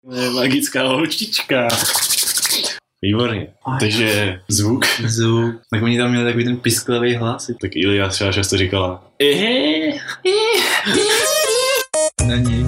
Magická holčička. Výborně. Takže zvuk. Tak oni tam měli takový ten pisklavý hlas. Tak Ilja třeba často říkala. Na ní.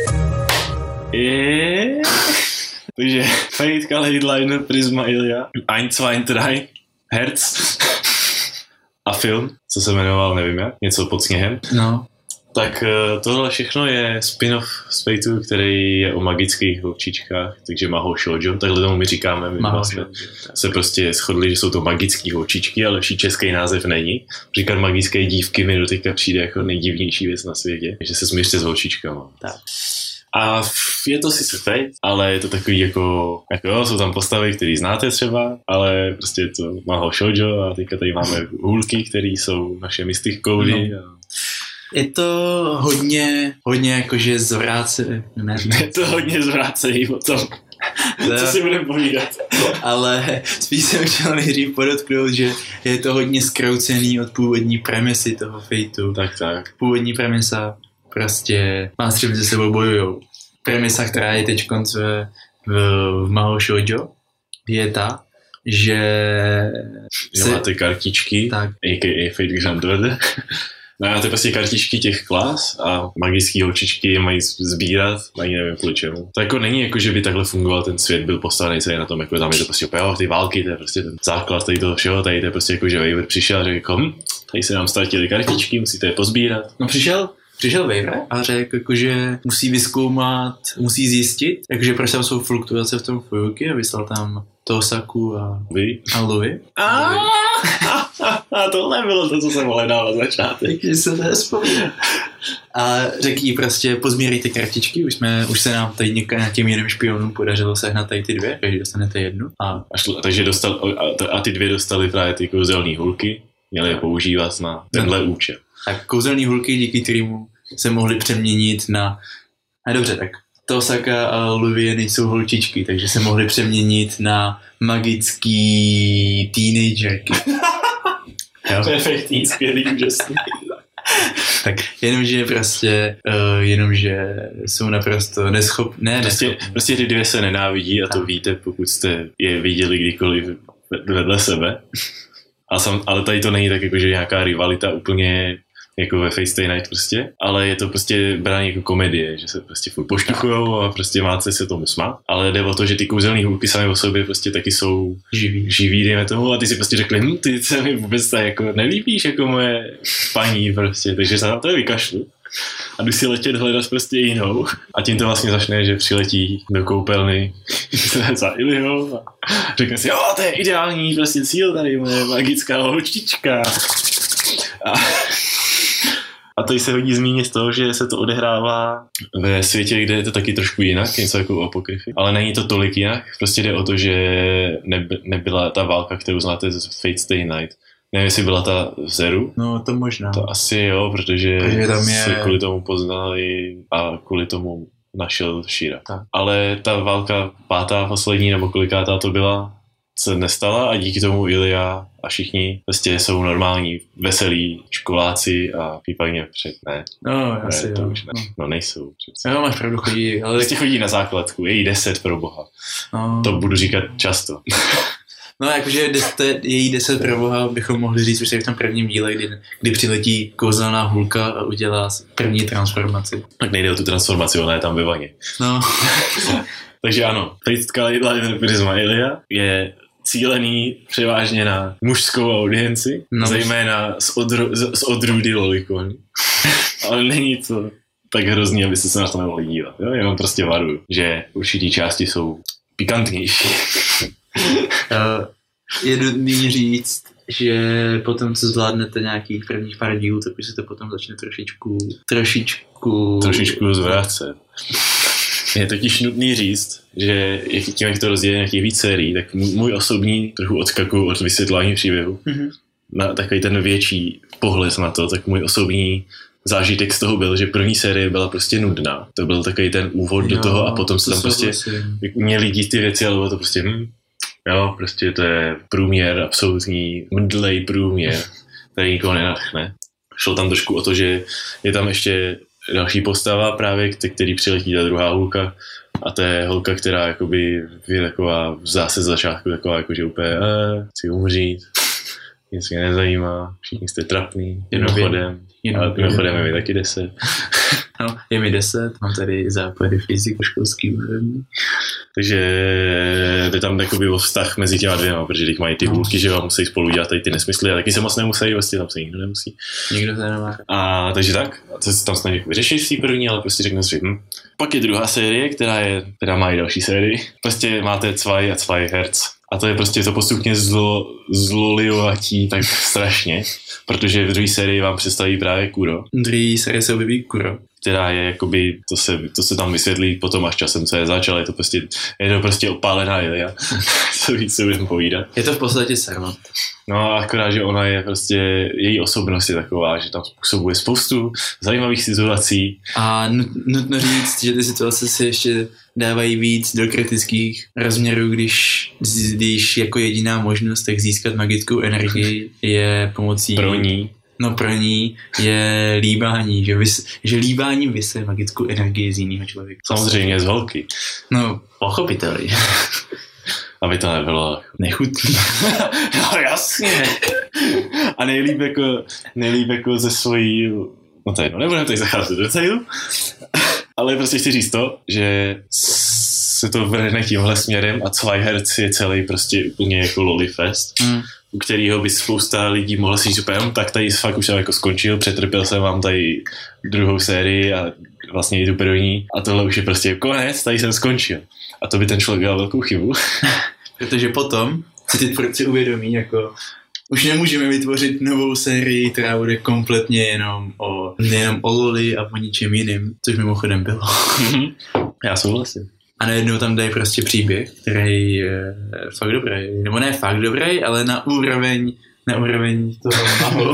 Takže Fate, Headliner, Prisma, Ilja, 1, 2, 3, Herz a film, co se jmenoval, nevím jak, něco pod sněhem. No. Tak tohle všechno je spin-off z Fateu, který je o magických holčičkách, takže Mahou Shoujo, takhle tomu my říkáme. My vlastně se prostě shodli, že jsou to magické holčičky, ale lepší český název není. Říkat magické dívky mi doteďka přijde jako nejdivnější věc na světě, že se smířte s holčičkama. Tak. A je to sice Fate, ale je to takový jako jo, jsou tam postavy, které znáte třeba, ale prostě je to Mahou Shoujo a teďka tady máme hůlky, které jsou naše mystic cody. No. Je to hodně jakože zvrácený. Je to hodně zvrácený o tom, co si budeme povídat. Ale spíš jsem chtěl nejdřív podotknout, že je to hodně zkroucený od původní premisy toho Fateu. Tak. Původní premisa prostě monstři mezi sebou bojujou. Premisa, která je teď v Mahou Shoujo, je ta, že máte kartičky, tak. a.k.a. Fate Grand Order. Máte prostě kartičky těch klas a magické holčičky je mají sbírat, ani nevím kvůli čemu. To jako není jako, že by takhle fungoval ten svět, byl postavený celý na tom, jako tam je to prostě ty války, to je prostě ten základ tady toho všeho, tady to je prostě jako, že Waver přišel a řekl jako, tady se nám ztratily kartičky, musíte je pozbírat. No přišel Waver a řekl, jakože musí vyzkoumat, musí zjistit, jakože proč tam jsou fluktuace v tom Fuyuki a vyslal tam Tosaku a Louis. A tohle bylo to, co jsem hledal na začátek. Takže se nespomínám. A řekl jí prostě pozmírejte kartičky, už se nám tady nějakým jiným špionům podařilo sehnat tady ty dvě, takže dostanete jednu. Takže a ty dvě dostali právě ty kouzelný hulky, měli je používat na tenhle účel. Tak kouzelný hulky, díky kterému se mohli přeměnit na... dobře, tak Tosaka a Louis nejsou holčičky, takže se mohli přeměnit na magický teenagerky. Perfektní, skvělý, úžasný. Tak jenomže jsou naprosto neschopné. Prostě ty dvě se nenávidí a to víte, pokud jste je viděli kdykoliv vedle sebe. Ale tady to není tak jako, že nějaká rivalita úplně jako ve Fate Stay Night prostě, ale je to prostě brané jako komedie, že se prostě furt pošťuchujou a prostě máte se tomu smát, ale jde o to, že ty kouzelný hůlky sami o sobě prostě taky jsou živí, dejme tomu, a ty si prostě řekli, ty se mi vůbec tak jako nelíbíš jako moje paní prostě, takže se na to vykašlu a jdu si letět hledat prostě jinou a tím to vlastně začne, že přiletí do koupelny za Iliou a řekne si, to je ideální prostě cíl tady, moje magická holčička. A tady se hodí zmínit z toho, že se to odehrává ve světě, kde je to taky trošku jinak, něco jako apokryfy. Ale není to tolik jinak, prostě jde o to, že nebyla ta válka, kterou znáte z Fate Stay Night. Nevím, jestli byla ta v Zeru. No to možná. To asi jo, protože se kvůli tomu poznali a kvůli tomu našel Shira. Tak. Ale ta válka pátá, poslední nebo kolikátá to byla, se nestala a díky tomu Ilja a všichni vlastně jsou normální, veselí školáci a případně ne. No, asi to jo. už ne. No nejsou. Přece. Jo, máš pravdu, chodí. Ale vlastně chodí na základku, je jí 10 pro boha. No. To budu říkat často. No, jakože její 10 pro boha bychom mohli říct už v tom prvním díle, kdy přiletí kouzelná hůlka a udělá první transformaci. Tak nejde o tu transformaci, ona je tam ve vaně. No. Takže ano, Fate Headliner Prisma Ilja je cílený převážně na mužskou audienci, zejména z odrůdy lolikon. Ale není to tak hrozný, abyste se na to nemohli dívat. Jo? Jenom prostě varuju, že určitý části jsou pikantnější. Je nutný říct, že potom, co zvládnete nějakých prvních pár dílů, tak už se to potom začne trošičku zvrácet. Je totiž nutný říct, že tím, jak to rozdělí nějakých víc sérií, tak můj osobní trochu odskaku od vysvětlání příběhu na takový ten větší pohled na to, tak můj osobní zážitek z toho byl, že první série byla prostě nudná. To byl takový ten úvod do toho a potom se tam prostě měli dít ty věci, ale bylo to prostě prostě to je průměr, absolutní mdlej průměr, který nikoho nenadchne. Šlo tam trošku o to, že je tam ještě další postava právě, který přiletí ta druhá hůlka A to je holka, která jakoby je taková v zase z začátku taková jakože úplně chci umřít, nic mě nezajímá, všichni jste trapný, mimochodem, ale mimochodem je mi taky 10. No, je mi 10, mám tady základy fyziko-školský úrovni. Takže jde tam takový vztah mezi těma dvěma, protože když mají ty hůlky, že vám musí spolu dělat tady ty nesmysly a taky se moc nemusí, vlastně tam se nikdo nemusí. Nikdo se nemá. A takže tak, a to se tam snad vyřeší v té první, ale prostě řeknu si, Pak je druhá série, která má i další sérii. Prostě máte Zwei a Zwei Herz. A to je prostě to postupně zlolijovatí tak strašně, protože v druhé sérii vám představí právě Kuro. V druhé sérii se objeví Kuro. Která je jakoby, to se tam vysvětlí potom až časem, co je zač, ale je to prostě opálená Ilia, co víc se budeme povídat. Je to v podstatě Servant. No akorát, že ona je prostě, její osobnost je taková, že tam způsobuje spoustu zajímavých situací. A nutno říct, že ty situace se ještě dávají víc do kritických rozměrů, když jako jediná možnost tak získat magickou energii je pomocí... Pro ní je líbání, že líbáním vyse magickou energii z jiného člověka. Samozřejmě z holky. No, pochopitelně. Aby to nebylo nechutný. No jasně. A nejlíp jako ze svojí... No to je jedno, nebudeme tady zacházet do detailu. Ale prostě chci říct to, že se to vrhne tímhle směrem a Zwei Herz je celý prostě úplně jako lolifest. U kterého by spousta lidí mohla si říct úplně, tak tady fakt už jsem jako skončil, přetrpěl jsem vám tady druhou sérii a vlastně i tu první a tohle už je prostě konec, tady jsem skončil. A to by ten člověk dělal velkou chybu. Protože potom si ty tvůrci uvědomí, jako už nemůžeme vytvořit novou sérii, která bude kompletně jenom o loli a o ničem jiným, což mimochodem bylo. Já souhlasím. A najednou tam dají prostě příběh, který je fakt dobrý. Nebo ne fakt dobrý, ale na úroveň toho mahu.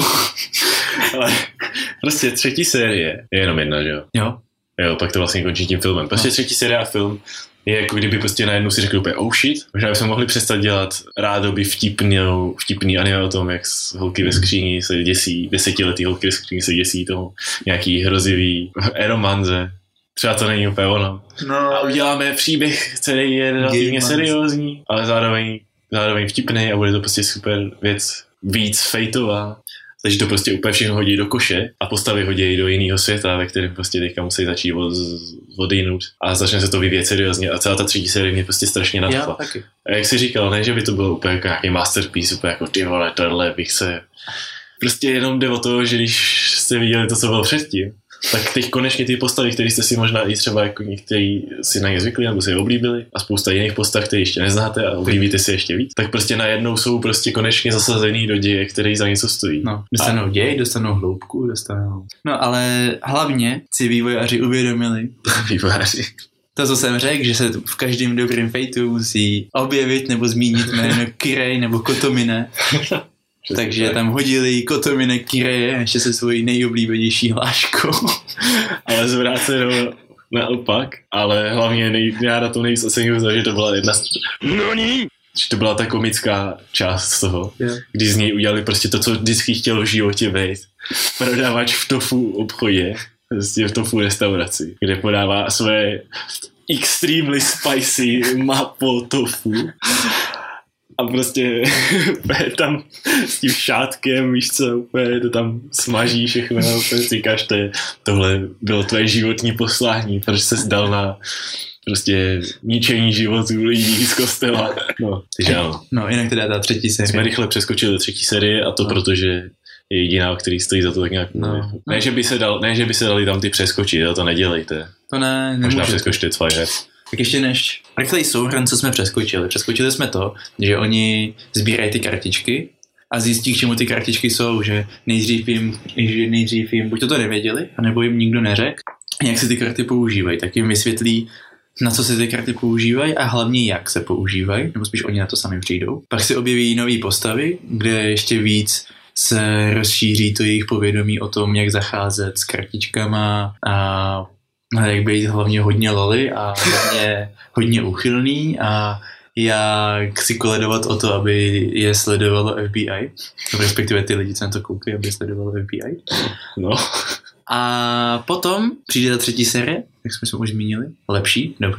Ale prostě třetí série je jenom jedna, že jo? Jo, pak to vlastně končí tím filmem. Prostě třetí série a film je jako kdyby prostě najednou si řekli úplně oh shit. Možná bychom mohli přestat dělat rádoby vtipný anime o tom, jak holky ve skříni se děsí, 10letý holky ve skříni se děsí toho nějaký hrozivý eromanze. Třeba to není úplně ono. No. A uděláme příběh, který je relativně seriózní, ale zároveň vtipný a bude to prostě super věc, víc fejtová. Takže to prostě úplně všechno hodí do koše a postavy hodí do jiného světa, ve kterém prostě teďka musí začít odejnout a začne se to vyvíjet seriózně a celá ta třetí série mě prostě strašně nadchla. A jak jsi říkal, ne, že by to bylo úplně jako nějaký masterpiece, úplně jako ty vole, tohle bych se... Prostě jenom jde o to, že když jste viděli to, co bylo předtím, tak teď konečně ty postavy, které jste si možná i třeba jako někteří si na ně zvykli nebo si je oblíbili a spousta jiných postav, které ještě neznáte a oblíbíte si ještě víc, tak prostě najednou jsou prostě konečně zasazený do děje, který za něco stojí. No, dostanou děj, dostanou hloubku, No ale hlavně si vývojáři uvědomili. Vývojáři. To, co jsem řekl, že se v každém dobrým fejtu musí objevit nebo zmínit jméno Kirei nebo Kotomine. Takže tam hodili Kotomine Kireje ještě se svojí nejoblíbenější hláškou. Ale zvráceno naopak, ale hlavně já na to nejvíc oceňuji, že to byla jedna že to byla ta komická část z toho, kdy z něj udělali prostě to, co vždycky chtěl v životě být. Prodavač v tofu obchodě, prostě v tofu restauraci, kde podává své extremely spicy mapo tofu. A prostě tam s tím šátkem, víš co, úplně to tam smaží všechno a úplně říkáš, tohle bylo tvoje životní poslání, protože ses dal na prostě ničení životů lidí z kostela. No, takže ano. No, jinak teda ta třetí série. Jsme rychle přeskočili do třetí série a to protože je jediná, o který stojí za to tak nějak. Ne, že by se dali tam ty přeskočit, to nedělejte. To ne, nemůžete. Možná přeskočte Zwei Herz. Tak ještě než rychlej souhrn, co jsme přeskočili. Přeskočili jsme to, že oni sbírají ty kartičky a zjistí, k čemu ty kartičky jsou, že nejdřív jim buď to nevěděli, anebo jim nikdo neřekl, jak se ty karty používají. Tak jim vysvětlí, na co se ty karty používají a hlavně jak se používají, nebo spíš oni na to sami přijdou. Pak se objeví nové postavy, kde ještě víc se rozšíří to jejich povědomí o tom, jak zacházet s kartičkama a jak být hlavně hodně loli a hodně úchylný a jak si koledovat o to, aby je sledovalo FBI, respektive ty lidi, co na to koukají, aby je sledovalo FBI. No. A potom přijde ta třetí série, jak jsme se už zmínili, lepší, dobrá,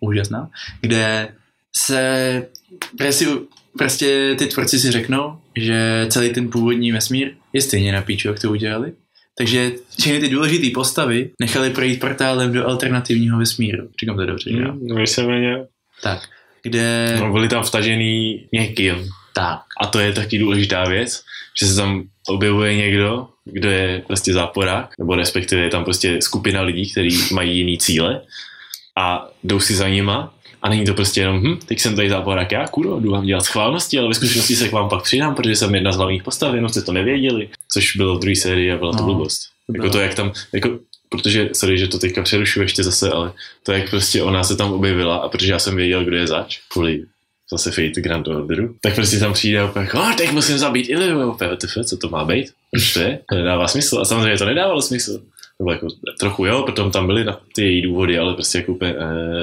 úžasná, kde se prostě ty tvůrci si řeknou, že celý ten původní vesmír je stejně na píču, jak to udělali. Takže všechny ty důležité postavy nechali projít portálem do alternativního vesmíru. Říkám to dobře, že jo? Víceméně. Tak, kde... No, byli tam vtažený někým. Tak. A to je taky důležitá věc, že se tam objevuje někdo, kdo je prostě záporák, nebo respektive je tam prostě skupina lidí, kteří mají jiný cíle a jdou si za nima a není to prostě jenom, teď jsem tady záporák já, kurva, jdu vám dělat schválnosti, ale ve skutečnosti se k vám pak přidám, protože jsem jedna z hlavních postav, jenom jste to nevěděli, což bylo v druhé sérii a byla to blbost. Jako to, jak tam, jako, protože, sorry, že to teďka přerušuji ještě zase, ale to, jak prostě ona se tam objevila a protože já jsem věděl, kdo je zač, kvůli zase Fate Grand Orderu, tak prostě tam přijde a opět, teď musím zabít Iliu, co to má být, proč to je, to nedává smysl a samozřejmě to nedávalo smysl, to bylo jako trochu jo, protože tam byly na ty její důvody, ale prostě jako úplně,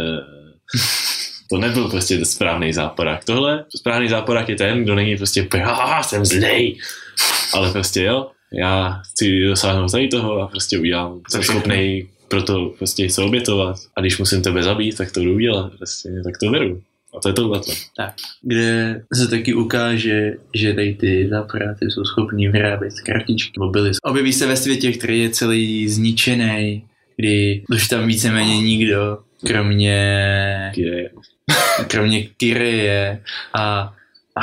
to nebyl prostě správný záporák. Tohle správný záporák je ten, kdo není prostě jsem zlej, ale prostě jo, já chci dosáhnout tady toho a prostě udělám, jsem schopnej proto prostě se obětovat a když musím tebe zabít, tak to jdu udělat, prostě, tak to beru. A to je tohleto. Tak, kde se taky ukáže, že tady ty záporáci jsou schopní vyrábět kartičky, mobily. Objeví se ve světě, který je celý zničený, kdy už tam víceméně nikdo, kromě Kyrie a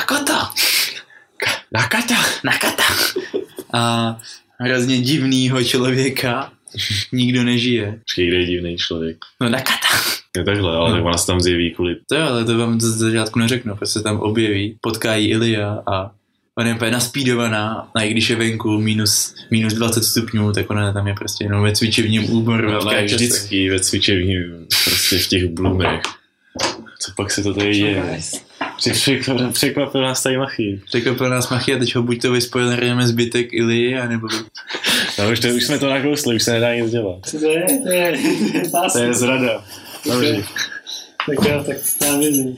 Nakata a hrozně divnýho člověka nikdo nežije. Počkej, kde je divný člověk? No Nakata. Je takhle, ale tak ona se tam zjeví kvůli... To jo, ale to vám z začátku neřeknu, protože se tam objeví, potkají Ilia a ona je úplně naspídovaná a i když je venku minus 20 stupňů, tak ona tam je prostě jenom ve cvičebním úboru. Ale vždycky ve cvičebním, prostě v těch bloomerech. Co pak se to tady děje? Překvapil nás tady Machy. Překvapil nás Machy a teď ho buď to vyspoilerujeme zbytek Ilii, anebo... No už jsme to nakousli, už se nedá nic dělat. To je zrada. Dobře. Tak jo, tak já vidím.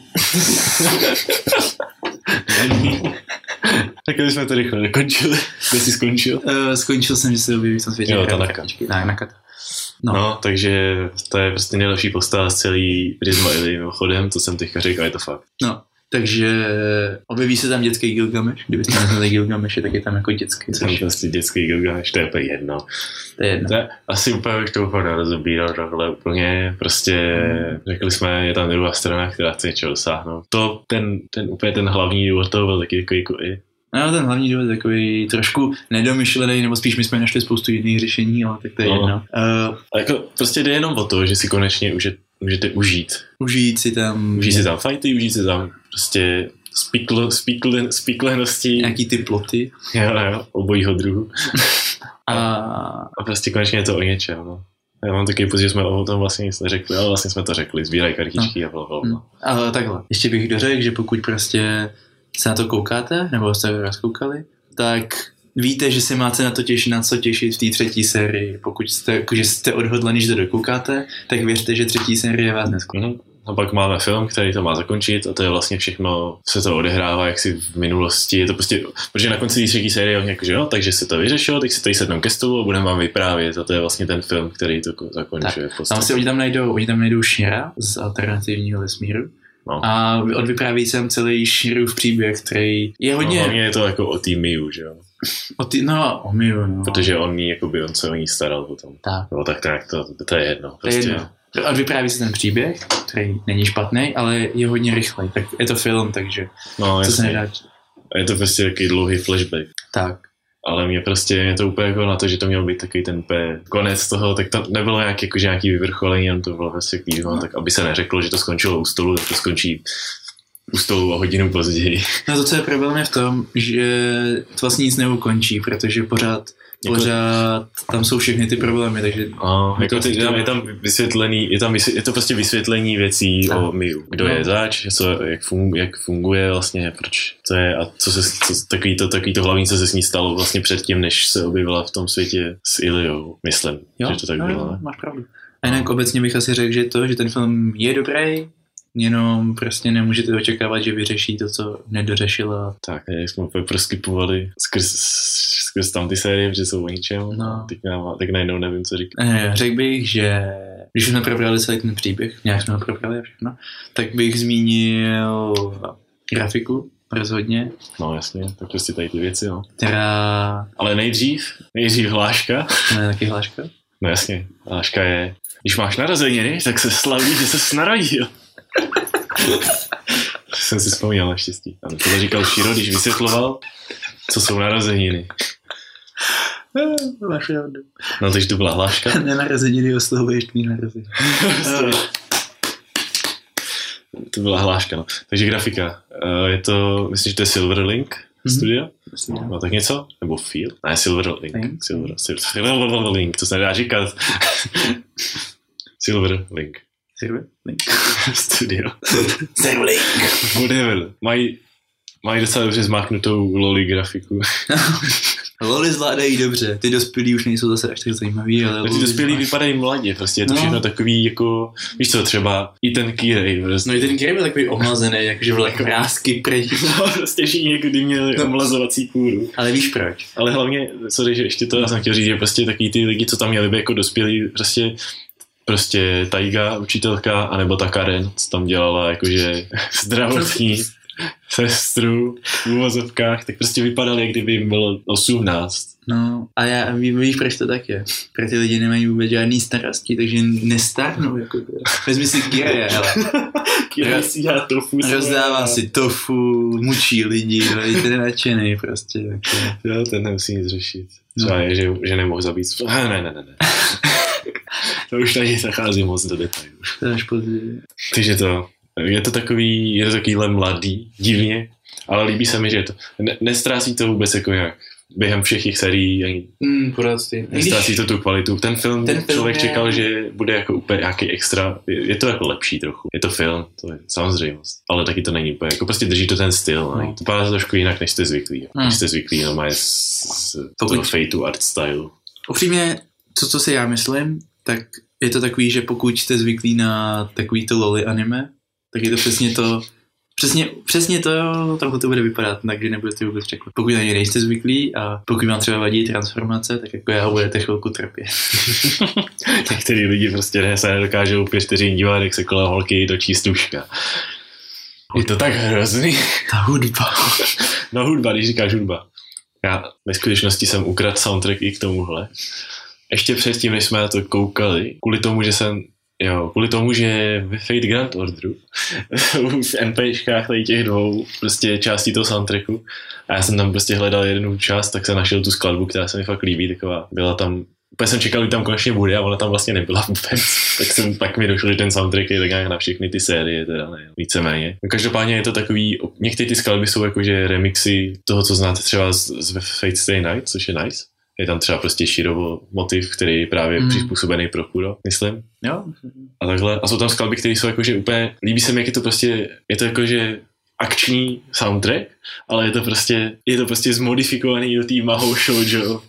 Tak jsme to rychle dokončili. Kde jsi skončil? Skončil jsem, že se objeví v tom světě. Jo, ta Nakata. No, takže to je prostě nejlepší postava z celý Prisma Ili, mimochodem, to jsem teďka řekl, je to fakt. No, takže objeví se tam dětský Gilgameš, kdybyste neznali Gilgameše, tak je tam jako dětský. Tam prostě dětský Gilgameš, to je úplně jedno. To je jedno. To je, asi úplně bych to úplně nerozobíral takhle úplně, prostě řekli jsme, je tam druhá strana, která chce něčeho dosáhnout. To, ten hlavní důvod toho byl taky jako i. No, ten hlavní důvod je takový trošku nedomyšlený, nebo spíš my jsme našli spoustu jiných řešení, ale tak to je jedno. Jako prostě jde jenom o to, že si konečně můžete užít. Užít si tam fighty, užít si tam prostě spiklenosti. Nějaký ty ploty. Jo, obojího druhu. A prostě konečně je to o něčem, no. Já mám taky pocit, že jsme o tom vlastně nic neřekli, ale vlastně jsme to řekli, sbírají kartičky a blablabla. Ale takhle, ještě bych dořekl, že pokud prostě se na to koukáte, nebo jste rozkoukali, tak víte, že si máte na to těšit v té třetí sérii. Pokud jste odhodlaný, že to dokoukáte, tak věřte, že třetí série vás neskončí. A pak máme film, který to má zakončit a to je vlastně všechno, se to odehrává jaksi v minulosti. Je to prostě, protože na konci třetí série je jako, že no, takže se to vyřešilo, teď si tady sednou ke stolu a budeme vám vyprávět a to je vlastně ten film, který to zakončuje. Tam si oni tam najdou Shira z alternativního vesmíru. No. A odvypráví jsem celý Shirův příběh, který je hodně... No, hlavně je to jako o tý Miu, že jo? O Miu, no. Protože on se o ní staral potom. Tak. No, tak to je jedno. Prostě. To je jedno. Odvypráví se ten příběh, který není špatný, ale je hodně rychlej. Tak je to film, takže co se nedá... Je to prostě takový dlouhý flashback. Tak. Ale mě to úplně jako na to, že to měl být takový ten konec toho, tak to nebylo nějaký vyvrcholení, jen to bylo prostě tak aby se neřeklo, že to skončilo u stolu, tak to skončí u stolu o hodinu později. No to, co je problém je v tom, že to vlastně nic neukončí, protože pořád tam jsou všechny ty problémy, takže... je tam vysvětlený, je to prostě vysvětlení věcí o Miu. Kdo je zač, jak funguje vlastně, proč to je a takový to hlavní, co se s ní stalo vlastně předtím, než se objevila v tom světě s Iliou, myslím, že to tak bylo. Máš pravdu. A jinak obecně bych asi řekl, že ten film je dobrý, jenom prostě nemůžete očekávat, že vyřeší to, co nedořešila. Tak, jsme proskypovali skrz tam ty série, protože jsou o ničem. No. Teď najednou nevím, co říct. Řekl bych, že když jsme probrali celý ten příběh, nějak jsme ho probrali a všechno, tak bych zmínil grafiku, rozhodně. No jasně, tak prostě tady ty věci, no. Která... Ale nejdřív hláška. Ne, taky hláška? No jasně, hláška je, když máš narozeniny, tak se slaví, že se narodil. Jsem si vzpomněl naštěstí. Ano, tohle říkal Širo, když vysvětloval, co jsou narozeniny. Máš pravdu. No, takže to byla hláška. Nenarozeniny oslovuješ tvý narozeniny. To byla hláška, no. Takže grafika. Je to, myslím, že to je Silverlink studio? No tak něco? Nebo Field? Ne, Silverlink. Silverlink, to se nedá říkat. Silverlink. Silverlink. Studio. Silverlink. Whatever. Mají docela dobře zmáknutou loli grafiku. Loli zvládají dobře, ty dospělí už nejsou zase až tak zajímavý, ale... Ty dospělí vypadají mladě, prostě je to všechno takový jako, víš co, třeba i ten Kirej, prostě. No i ten Kirej byl takový omlazený, jakože byl jako vrásky pryč. No, prostě všichni někdy měli omlazovací kůru. Ale víš proč? Ale hlavně, sorry, že ještě to já jsem chtěl říct, že prostě takový ty lidi, co tam měli by jako dospělí, prostě Taiga, učitelka, anebo ta Karen, co tam dělala jakože zdravotní sestru v úvozovkách, tak prostě vypadali, jak kdyby jim bylo 18. No a víš, proč to tak je? Protože ty lidi nemají vůbec žádný starosti, takže nestárnou jako to. Vezmi si Kireje, hele. Kirej si dělá tofu. Rozdává si tofu, mučí lidi, ten je nadšený prostě. Tak. Jo, ten nemusí nic řešit. Třeba je, že nemohl zabít. Ne. To už tady zachází moc do detailů. To až později. Takže je to takovýhle mladý, divně, ale líbí se mi, že to nestrácí to vůbec jako jak během všech těch sérií ani nestrácí to tu kvalitu. Ten film člověk čekal, že bude jako úplně nějaký extra, je to jako lepší trochu. Je to film, to je samozřejmost, ale taky to není úplně, jako prostě drží to ten styl, no. To vypadá trošku jinak, než jste zvyklí. Než jste zvyklí, no má z toho Fateu art style. Upřímně, co si já myslím, tak je to takový, že pokud jste zvyklí na takový to loli anime, tak je to přesně to, trochu to bude vypadat, takže nebudete vůbec překvapit. Pokud na ně nejste zvyklí a pokud vám třeba vadí transformace, tak jako já budete chvilku trpět. Některý lidi prostě se nedokážou 5 vteřin dívat, jak se kolem holky točí stužka. Je to tak hrozný. Ta hudba. No hudba, když říkáš hudba. Já ve skutečnosti jsem ukradl soundtrack i k tomuhle. Ještě předtím, než jsme na to koukali, kvůli tomu, že ve Fate Grand Orderu v NPčkách tady těch dvou prostě částí toho soundtracku a já jsem tam prostě hledal jednu část, tak jsem našel tu skladbu, která se mi fakt líbí, taková byla tam, úplně jsem čekal, že tam konečně bude a ona tam vlastně nebyla vůbec, tak mi došlo, že ten soundtrack je tak nějak na všechny ty série, teda ne, víceméně. Každopádně je to takový, některé ty skladby jsou jakože remixy toho, co znáte třeba z Fate Stay Night, což je nice. Je tam třeba prostě Shirovo motiv, který je právě přizpůsobený pro Kuro, myslím. Jo. A takhle. A jsou tam skladby, které jsou jakože úplně, líbí se mi, jak je to prostě, je to jakože akční soundtrack, ale je to prostě zmodifikovaný do té Mahou shoujo.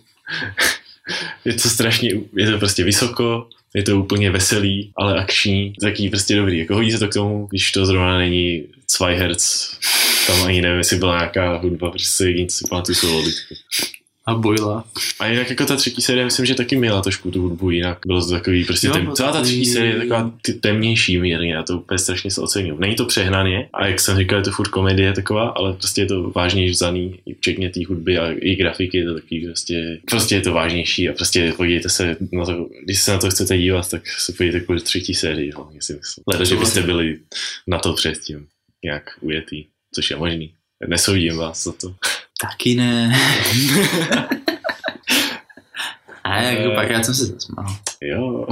Je to prostě vysoko, je to úplně veselý, ale akční, taký prostě dobrý. Jako hodí se to k tomu, když to zrovna není Zweiherz, tam ani nevím, jestli byla nějaká hudba, prostě jediný, co si pamatuju, jsou loditky. A bojla. A jinak jako ta třetí série, myslím, že taky měla trošku tu hudbu jinak. Bylo to takový, prostě celá ta třetí série je taková temnější mírně, já to úplně strašně se oceňuji. Není to přehnaně a jak jsem říkal, je to furt komedie taková, ale prostě je to vážnější vzaný, včetně té hudby a i grafiky, je to taky prostě je to vážnější a prostě podívejte se na to, když se na to chcete dívat, tak se podívejte kvůli třetí sérii, hlavně si myslím. Leda, že byste byli na to předtím nějak ujetý, což je možný. Nesoudím vás za to. Taky ne. A jako párkrát jsem se zasmál. Jo.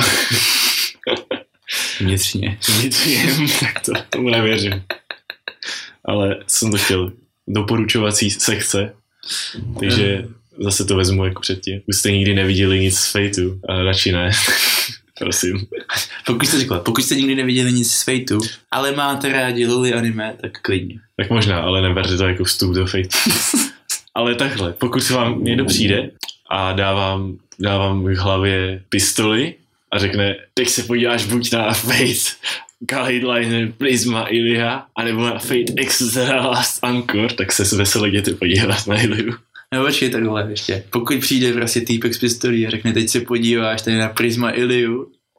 Vnitřně, tak tomu nevěřím. Ale jsem to chtěl. Doporučovací sekce. Takže zase to vezmu jako předtím. Už jste nikdy neviděli nic z Fateu, ale radši ne. Prosím. Pokud jste nikdy neviděli nic z Fateu, ale máte rádi loli anime, tak klidně. Tak možná, ale neberte to jako vstup do Fateu. Ale takhle, pokud se vám někdo přijde a dávám v hlavě pistoli a řekne, teď se podíváš buď na Fate Guideliner Prisma Ilia, anebo na Fate Extra Last Anchor, tak se veselé jděte podívat na Iliu. No počkej takhle ještě. Pokud přijde prostě týpek z pistolí a řekne, teď se podíváš tady na Prisma Iliu,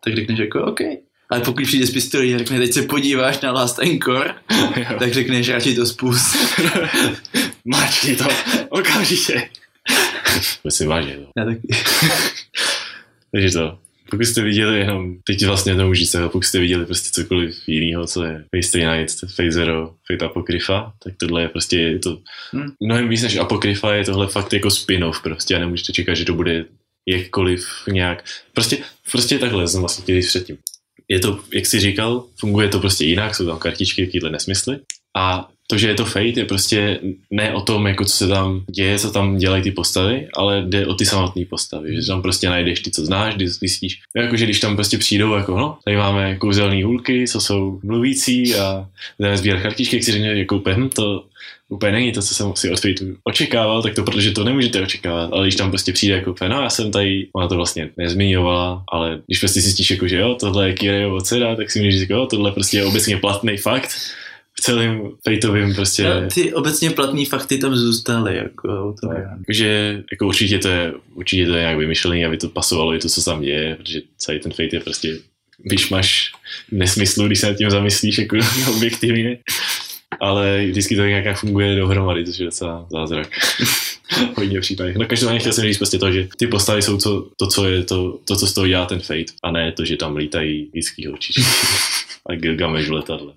tak řekneš jako OK. Ale pokud přijde z pistolí a řekne, teď se podíváš na Last Encore, tak řekneš, radši to spust. Máčkni to, okamžitě. To si vážně, to. Já taky. Takže to, pokud jste viděli jenom, teď vlastně to můžu říct, pokud jste viděli prostě cokoliv jinýho, co je Fate Night, Fate Zero, Fate Apocrypha, tak tohle je prostě, je to mnohem víc než Apocrypha, je tohle fakt jako spin-off prostě a nemůžete čekat, že to bude jakkoliv nějak, prostě takhle jsem vlastně chtěl říct předtím. Je to, jak jsi říkal, funguje to prostě jinak, jsou tam kartičky, takovýhle nesmysly a to, že je to Fate, je prostě ne o tom, jako co se tam děje, co tam dělají ty postavy, ale jde o ty samotné postavy, že tam prostě najdeš ty, co znáš, kdy zjistíš. Jakože když tam prostě přijdou, jako no, tady máme kouzelný hůlky, co jsou mluvící a jdeme sbírat kartičky, jak si řekne, jako to úplně není to, co jsem si od Fateu očekával, tak to protože to nemůžete očekávat, ale když tam prostě přijde jako no já jsem tady, ona to vlastně nezmiňovala, ale když prostě zjistíš jako, že jo, tohle je Kirejovo dcera, tak si můžeš říct, jo, tohle prostě je obecně platný fakt. V celém Fateovým prostě... No, ty obecně platný fakty tam zůstaly, jako to je. Takže jako určitě to je nějak vymyšlený, aby to pasovalo i to, co tam děje, protože celý ten Fate je prostě vyšmaš nesmyslu, když se nad tím zamyslíš, jako objektivně. Ale vždycky to nějak funguje dohromady, což je docela zázrak. V hodně případech. No každopádně chtěl jsem říct prostě to, že ty postavy jsou to, co z toho dělá ten Fate, a ne to, že tam lítají výský holčičky a Gilgameš v letadle.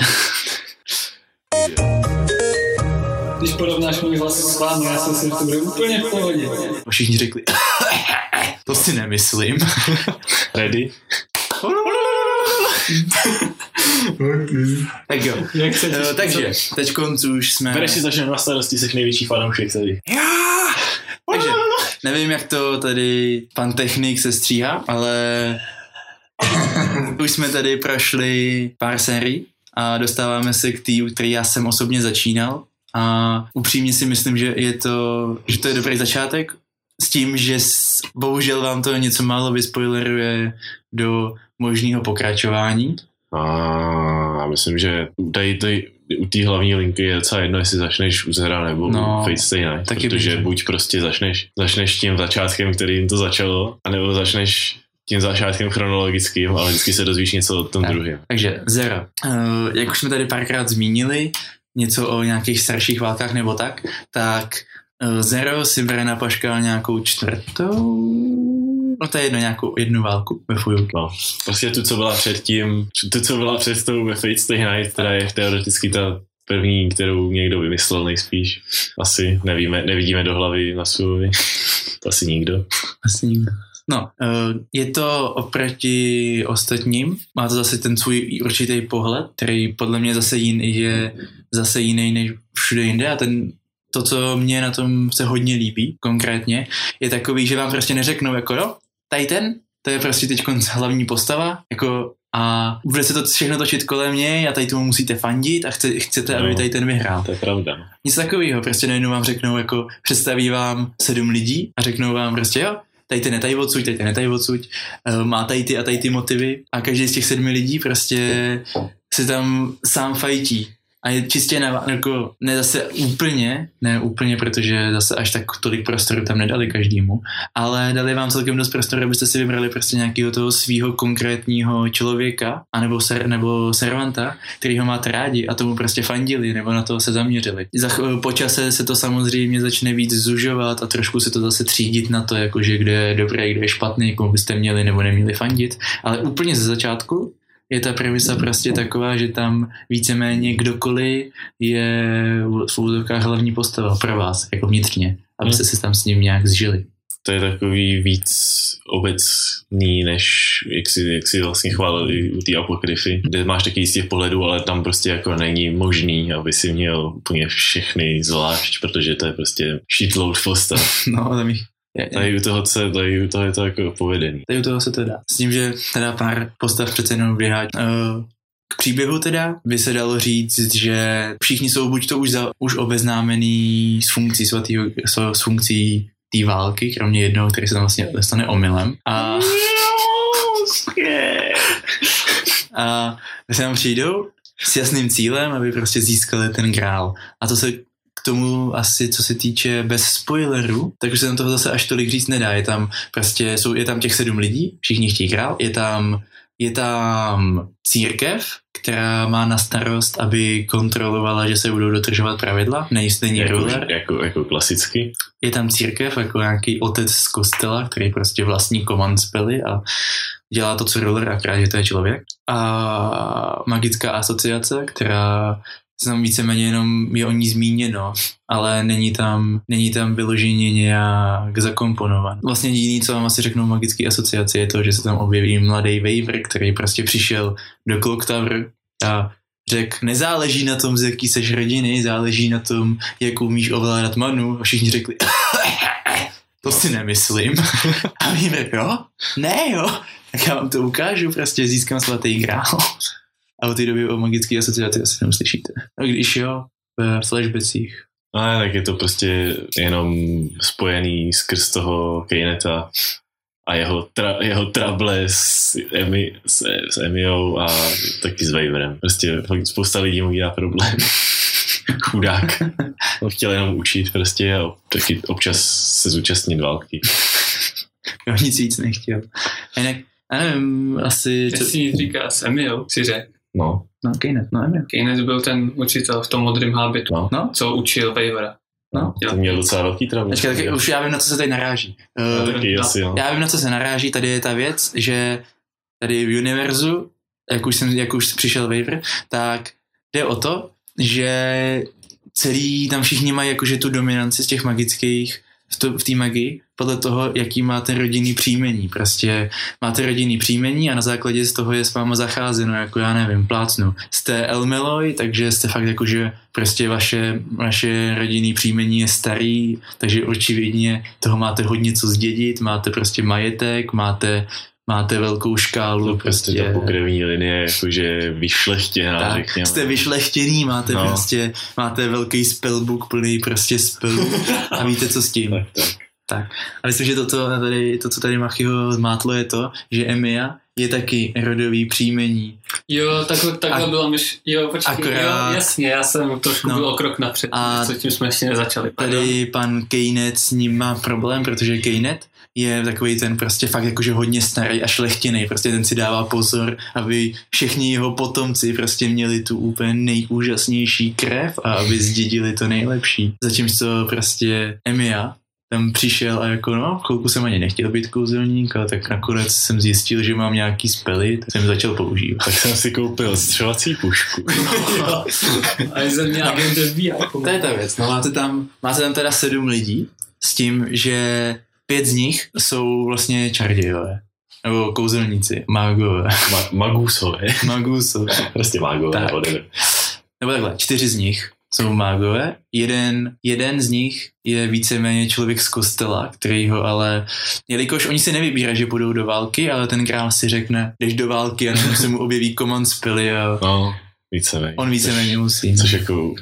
Když porovnáš můj hlas s vámi, já si myslím, že to bude úplně v pohodě. Všichni řekli, to si nemyslím. Ready? Tak jo, takže teď už jsme... Bereš si začne na starosti, jsi největší fanoušek tady. Takže nevím, jak to tady pan technik se stříhá, ale už jsme tady prošli pár sérií a dostáváme se k té, který já jsem osobně začínal a upřímně si myslím, že to je dobrý začátek s tím, že bohužel vám to něco málo vyspoileruje do možného pokračování. A myslím, že tady u té hlavní linky je docela jedno, jestli začneš u Zera nebo Fate Stay Night, protože buď prostě začneš tím začátkem, kterým to začalo, anebo začneš tím začátkem chronologickým, ale vždycky se dozvíš něco o tom druhém. Takže Zero. Jak už jsme tady párkrát zmínili, něco o nějakých starších válkách nebo tak Zero si bere na paškal nějakou čtvrtou... No to je jednu válku ve Fuju. No, prostě tu, co byla před tou ve Fate Stay Night, která je teoreticky ta první, kterou někdo vymyslel nejspíš. Asi nevidíme do hlavy na Suovi. To asi nikdo. No, je to oproti ostatním, má to zase ten svůj určitý pohled, který podle mě je zase jiný než všude jinde a to, co mě na tom se hodně líbí konkrétně, je takový, že vám prostě neřeknou jako tady to je prostě teď hlavní postava, jako a bude se to všechno točit kolem něj a tady tomu musíte fandit a chcete, aby tady ten vyhrál. To je pravda. Nic takového, prostě najednou vám řeknou, jako představí vám 7 lidí a řeknou vám prostě tady ten je tady odsuď, má tady ty motivy a každý z těch 7 lidí prostě se tam sám fajtí. A je čistě ne úplně, protože zase až tak tolik prostoru tam nedali každému, ale dali vám celkem dost prostoru, abyste si vybrali prostě nějakého toho svýho konkrétního člověka, nebo servanta, který ho máte rádi a tomu prostě fandili, nebo na to se zaměřili. Po čase se to samozřejmě začne víc zužovat a trošku se to zase třídit na to, jakože kdo je dobrý, kdo je špatný, komu byste měli nebo neměli fandit, ale úplně ze začátku je ta premisa prostě taková, že tam víceméně kdokoliv je v úvodovkách hlavní postava pro vás, jako vnitřně, abyste se tam s ním nějak zžili. To je takový víc obecný, než jak si vlastně chválili u té Apokryfy, kde máš taky z těch pohledů, ale tam prostě jako není možný, aby si měl úplně všechny zvlášť, protože to je prostě shitload postav. No, tam Tady u toho je to jako povedený. Tady u toho se to dá. S tím, že teda pár postav přece jenom běhá. K příběhu teda by se dalo říct, že všichni jsou buď to už obeznámený s funkcí té války, kromě jednoho, který se tam vlastně dostane omylem. A se tam přijdou s jasným cílem, aby prostě získali ten grál. A to se k tomu asi, co se týče bez spoilerů, takže se tam toho zase až tolik říct nedá. Je tam prostě, je tam těch 7 lidí, všichni chtějí král, je tam církev, která má na starost, aby kontrolovala, že se budou dodržovat pravidla, není ruler. Jako klasicky. Je tam církev, jako nějaký otec z kostela, který prostě vlastní command spely a dělá to, co ruler, akorát, že to je člověk. A magická asociace, která se tam víceméně jenom je o ní zmíněno, ale není tam vyloženě nějak zakomponovat. Vlastně jediný, co vám asi řeknou magické asociaci, je to, že se tam objeví mladý Waver, který prostě přišel do Clock Tower a řekl, nezáleží na tom, z jaký seš rodiny, záleží na tom, jak umíš ovládat manu. A všichni řekli, to si nemyslím. A Waver, jo? Ne, jo? Tak já vám to ukážu, prostě získám svatý grál. A od té doby o magické asociaci asi neuslyšíte. A když jo, v flashbackích. No, tak je to prostě jenom spojený skrz toho Kaneta a jeho trouble s Emiou a taky s Waverem. Prostě spousta lidí mu dá problém. Chudák. On chtěl jenom učit prostě a taky občas se zúčastnit války. Jo, nic víc nechtěl. Jinak, já nevím, asi... Ty si říká s Emiou, si řekl. No, Kanet, no Emil. Kanet byl ten učitel v tom modrém hábitu, co učil Wavera. No. To měl docela velký trouble. Tak už já vím, na co se tady naráží. Já vím, na co se naráží, tady je ta věc, že tady v univerzu, jak už přišel Waver, tak jde o to, že celý tam všichni mají jakože tu dominanci z těch magických v té magii, podle toho, jaký máte rodinný příjmení. Prostě máte rodinný příjmení a na základě z toho je s váma zacházeno, jako já nevím, plácnu. Jste Elmeloy, takže jste fakt jakože prostě vaše rodinný příjmení je starý, takže očividně toho máte hodně co zdědit, máte prostě majetek, máte velkou škálu. To prostě ta pokrevní linie, jakože vyšlechtěná, tak, řekněme. Jste vyšlechtěný, máte velký spellbook plný prostě spellů a víte, co s tím. Tak. A myslím, že to, co tady Machyho zmátlo, je to, že Emilia je taky rodový příjmení. Jo, takhle bylo myš. Jo, počkej, jo, jasně, já jsem trošku byl o krok napřed, co tím jsme ještě nezačali. Tady pan Kanet s ním má problém, protože Kanet je takový ten prostě fakt jakože hodně starý a šlechtěnej, prostě ten si dává pozor, aby všichni jeho potomci prostě měli tu úplně nejúžasnější krev a aby zdědili to nejlepší. Zatímco prostě Emilia tam přišel a jako chvilku jsem ani nechtěl být kouzelník, ale tak nakonec jsem zjistil, že mám nějaký spely, tak jsem začal používat. Tak jsem si koupil střelací pušku. A jsem měl agent FBI. To je ta věc, máte tam teda 7 lidí s tím, že 5 z nich jsou vlastně čarodějové. Nebo kouzelníci, mágové. Magusové. Prostě mágové. Tak. Nebo takhle, 4 z nich jsou mágové. Jeden z nich je víceméně člověk z kostela, který ho ale, jelikož oni si nevybírají, že půjdou do války, ale ten král si řekne, jdeš do války a se mu objeví command spely a víceméně. On víceméně musí. Což jako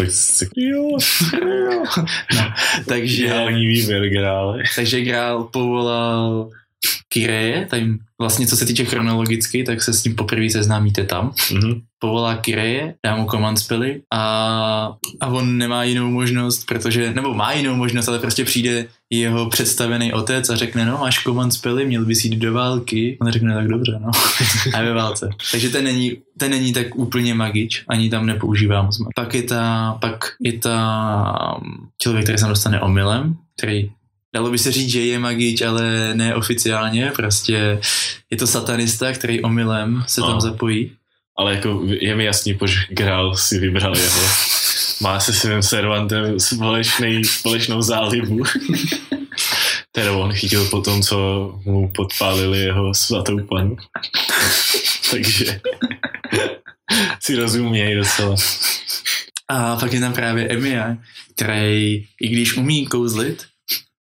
takže ideální výběr grále. Takže grál povolal Kyreje, tady vlastně co se týče chronologicky, tak se s ním poprvé seznámíte tam. Mm-hmm. Povolá Kyreje, dá mu command spely a on nemá jinou možnost, nebo má jinou možnost, ale prostě přijde jeho představený otec a řekne, máš command spely, měl bys jít do války. On řekne, tak dobře, a je ve válce. Takže ten není tak úplně magič, ani tam nepoužívá moc. Pak je ta člověk, který se dostane omylem, který dalo by se říct, že je magič, ale ne oficiálně, prostě je to satanista, který omylem se tam zapojí. Ale jako je mi jasný, proč Grál si vybral jeho. Má se svým servantem společnou zálibu. Kterou on chytil po tom, co mu podpálili jeho svatou panu. Takže si rozumějí docela. A pak je tam právě Emilia, který, i když umí kouzlit,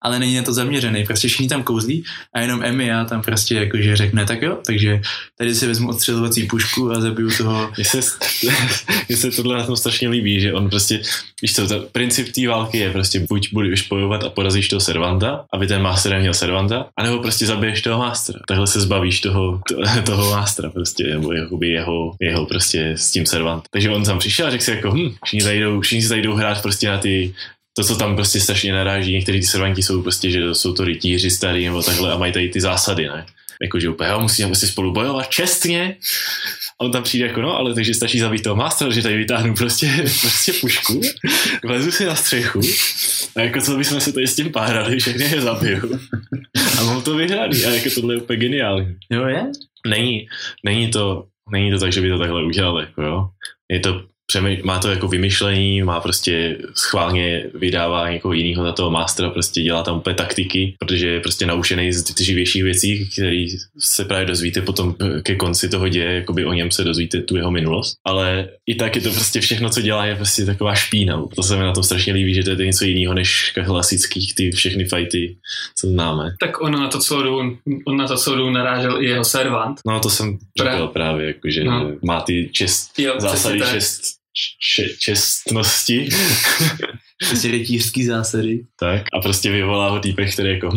ale není na to zaměřený, prostě všichni tam kouzlí a jenom Emiya tam prostě jakože řekne tak jo, takže tady si vezmu odstřelovací pušku a zabiju toho. Mně se tohle na tom strašně líbí, že on prostě, víš co, princip té války je prostě buď budeš bojovat a porazíš toho servanta, aby ten master neměl servanta, anebo prostě zabiješ toho mastera. Takhle se zbavíš toho mastera prostě, nebo jeho prostě s tím servant. Takže on tam přišel a řekl si jako, všichni si tady jdou hrát prostě na to, co tam prostě strašně naráží. Někteří ty servanti jsou prostě, že jsou to rytíři starý nebo takhle a mají tady ty zásady, ne? Jakože úplně, musíme prostě spolu bojovat čestně. A on tam přijde jako, no, ale takže stačí zabít toho mastera, že tady vytáhnu prostě pušku, vlezu si na střechu a jako co bychom se tady s tím párali, všechny je zabiju. A mám to vyhraný a jako tohle je úplně geniální. Jo, je? Není to tak, že by to takhle udělali, jako jo. Má to jako vymyšlení, má prostě schválně vydává někoho jiného za toho mastera, prostě dělá tam úplně taktiky, protože je prostě naučený z dřívějších věcí, které se právě dozvíte potom ke konci toho děje, jakoby o něm se dozvíte tu jeho minulost. Ale i tak je to prostě všechno, co dělá, je prostě taková špína. To se mi na tom strašně líbí, že to je něco jiného než klasických ty všechny fighty, co známe. Tak on na to celou dobu narážel i jeho servant. No to jsem říkal právě, jakože má ty zásady čestnosti. Prostě rytířský zásady. Tak a prostě vyvolá ho týpek, který jako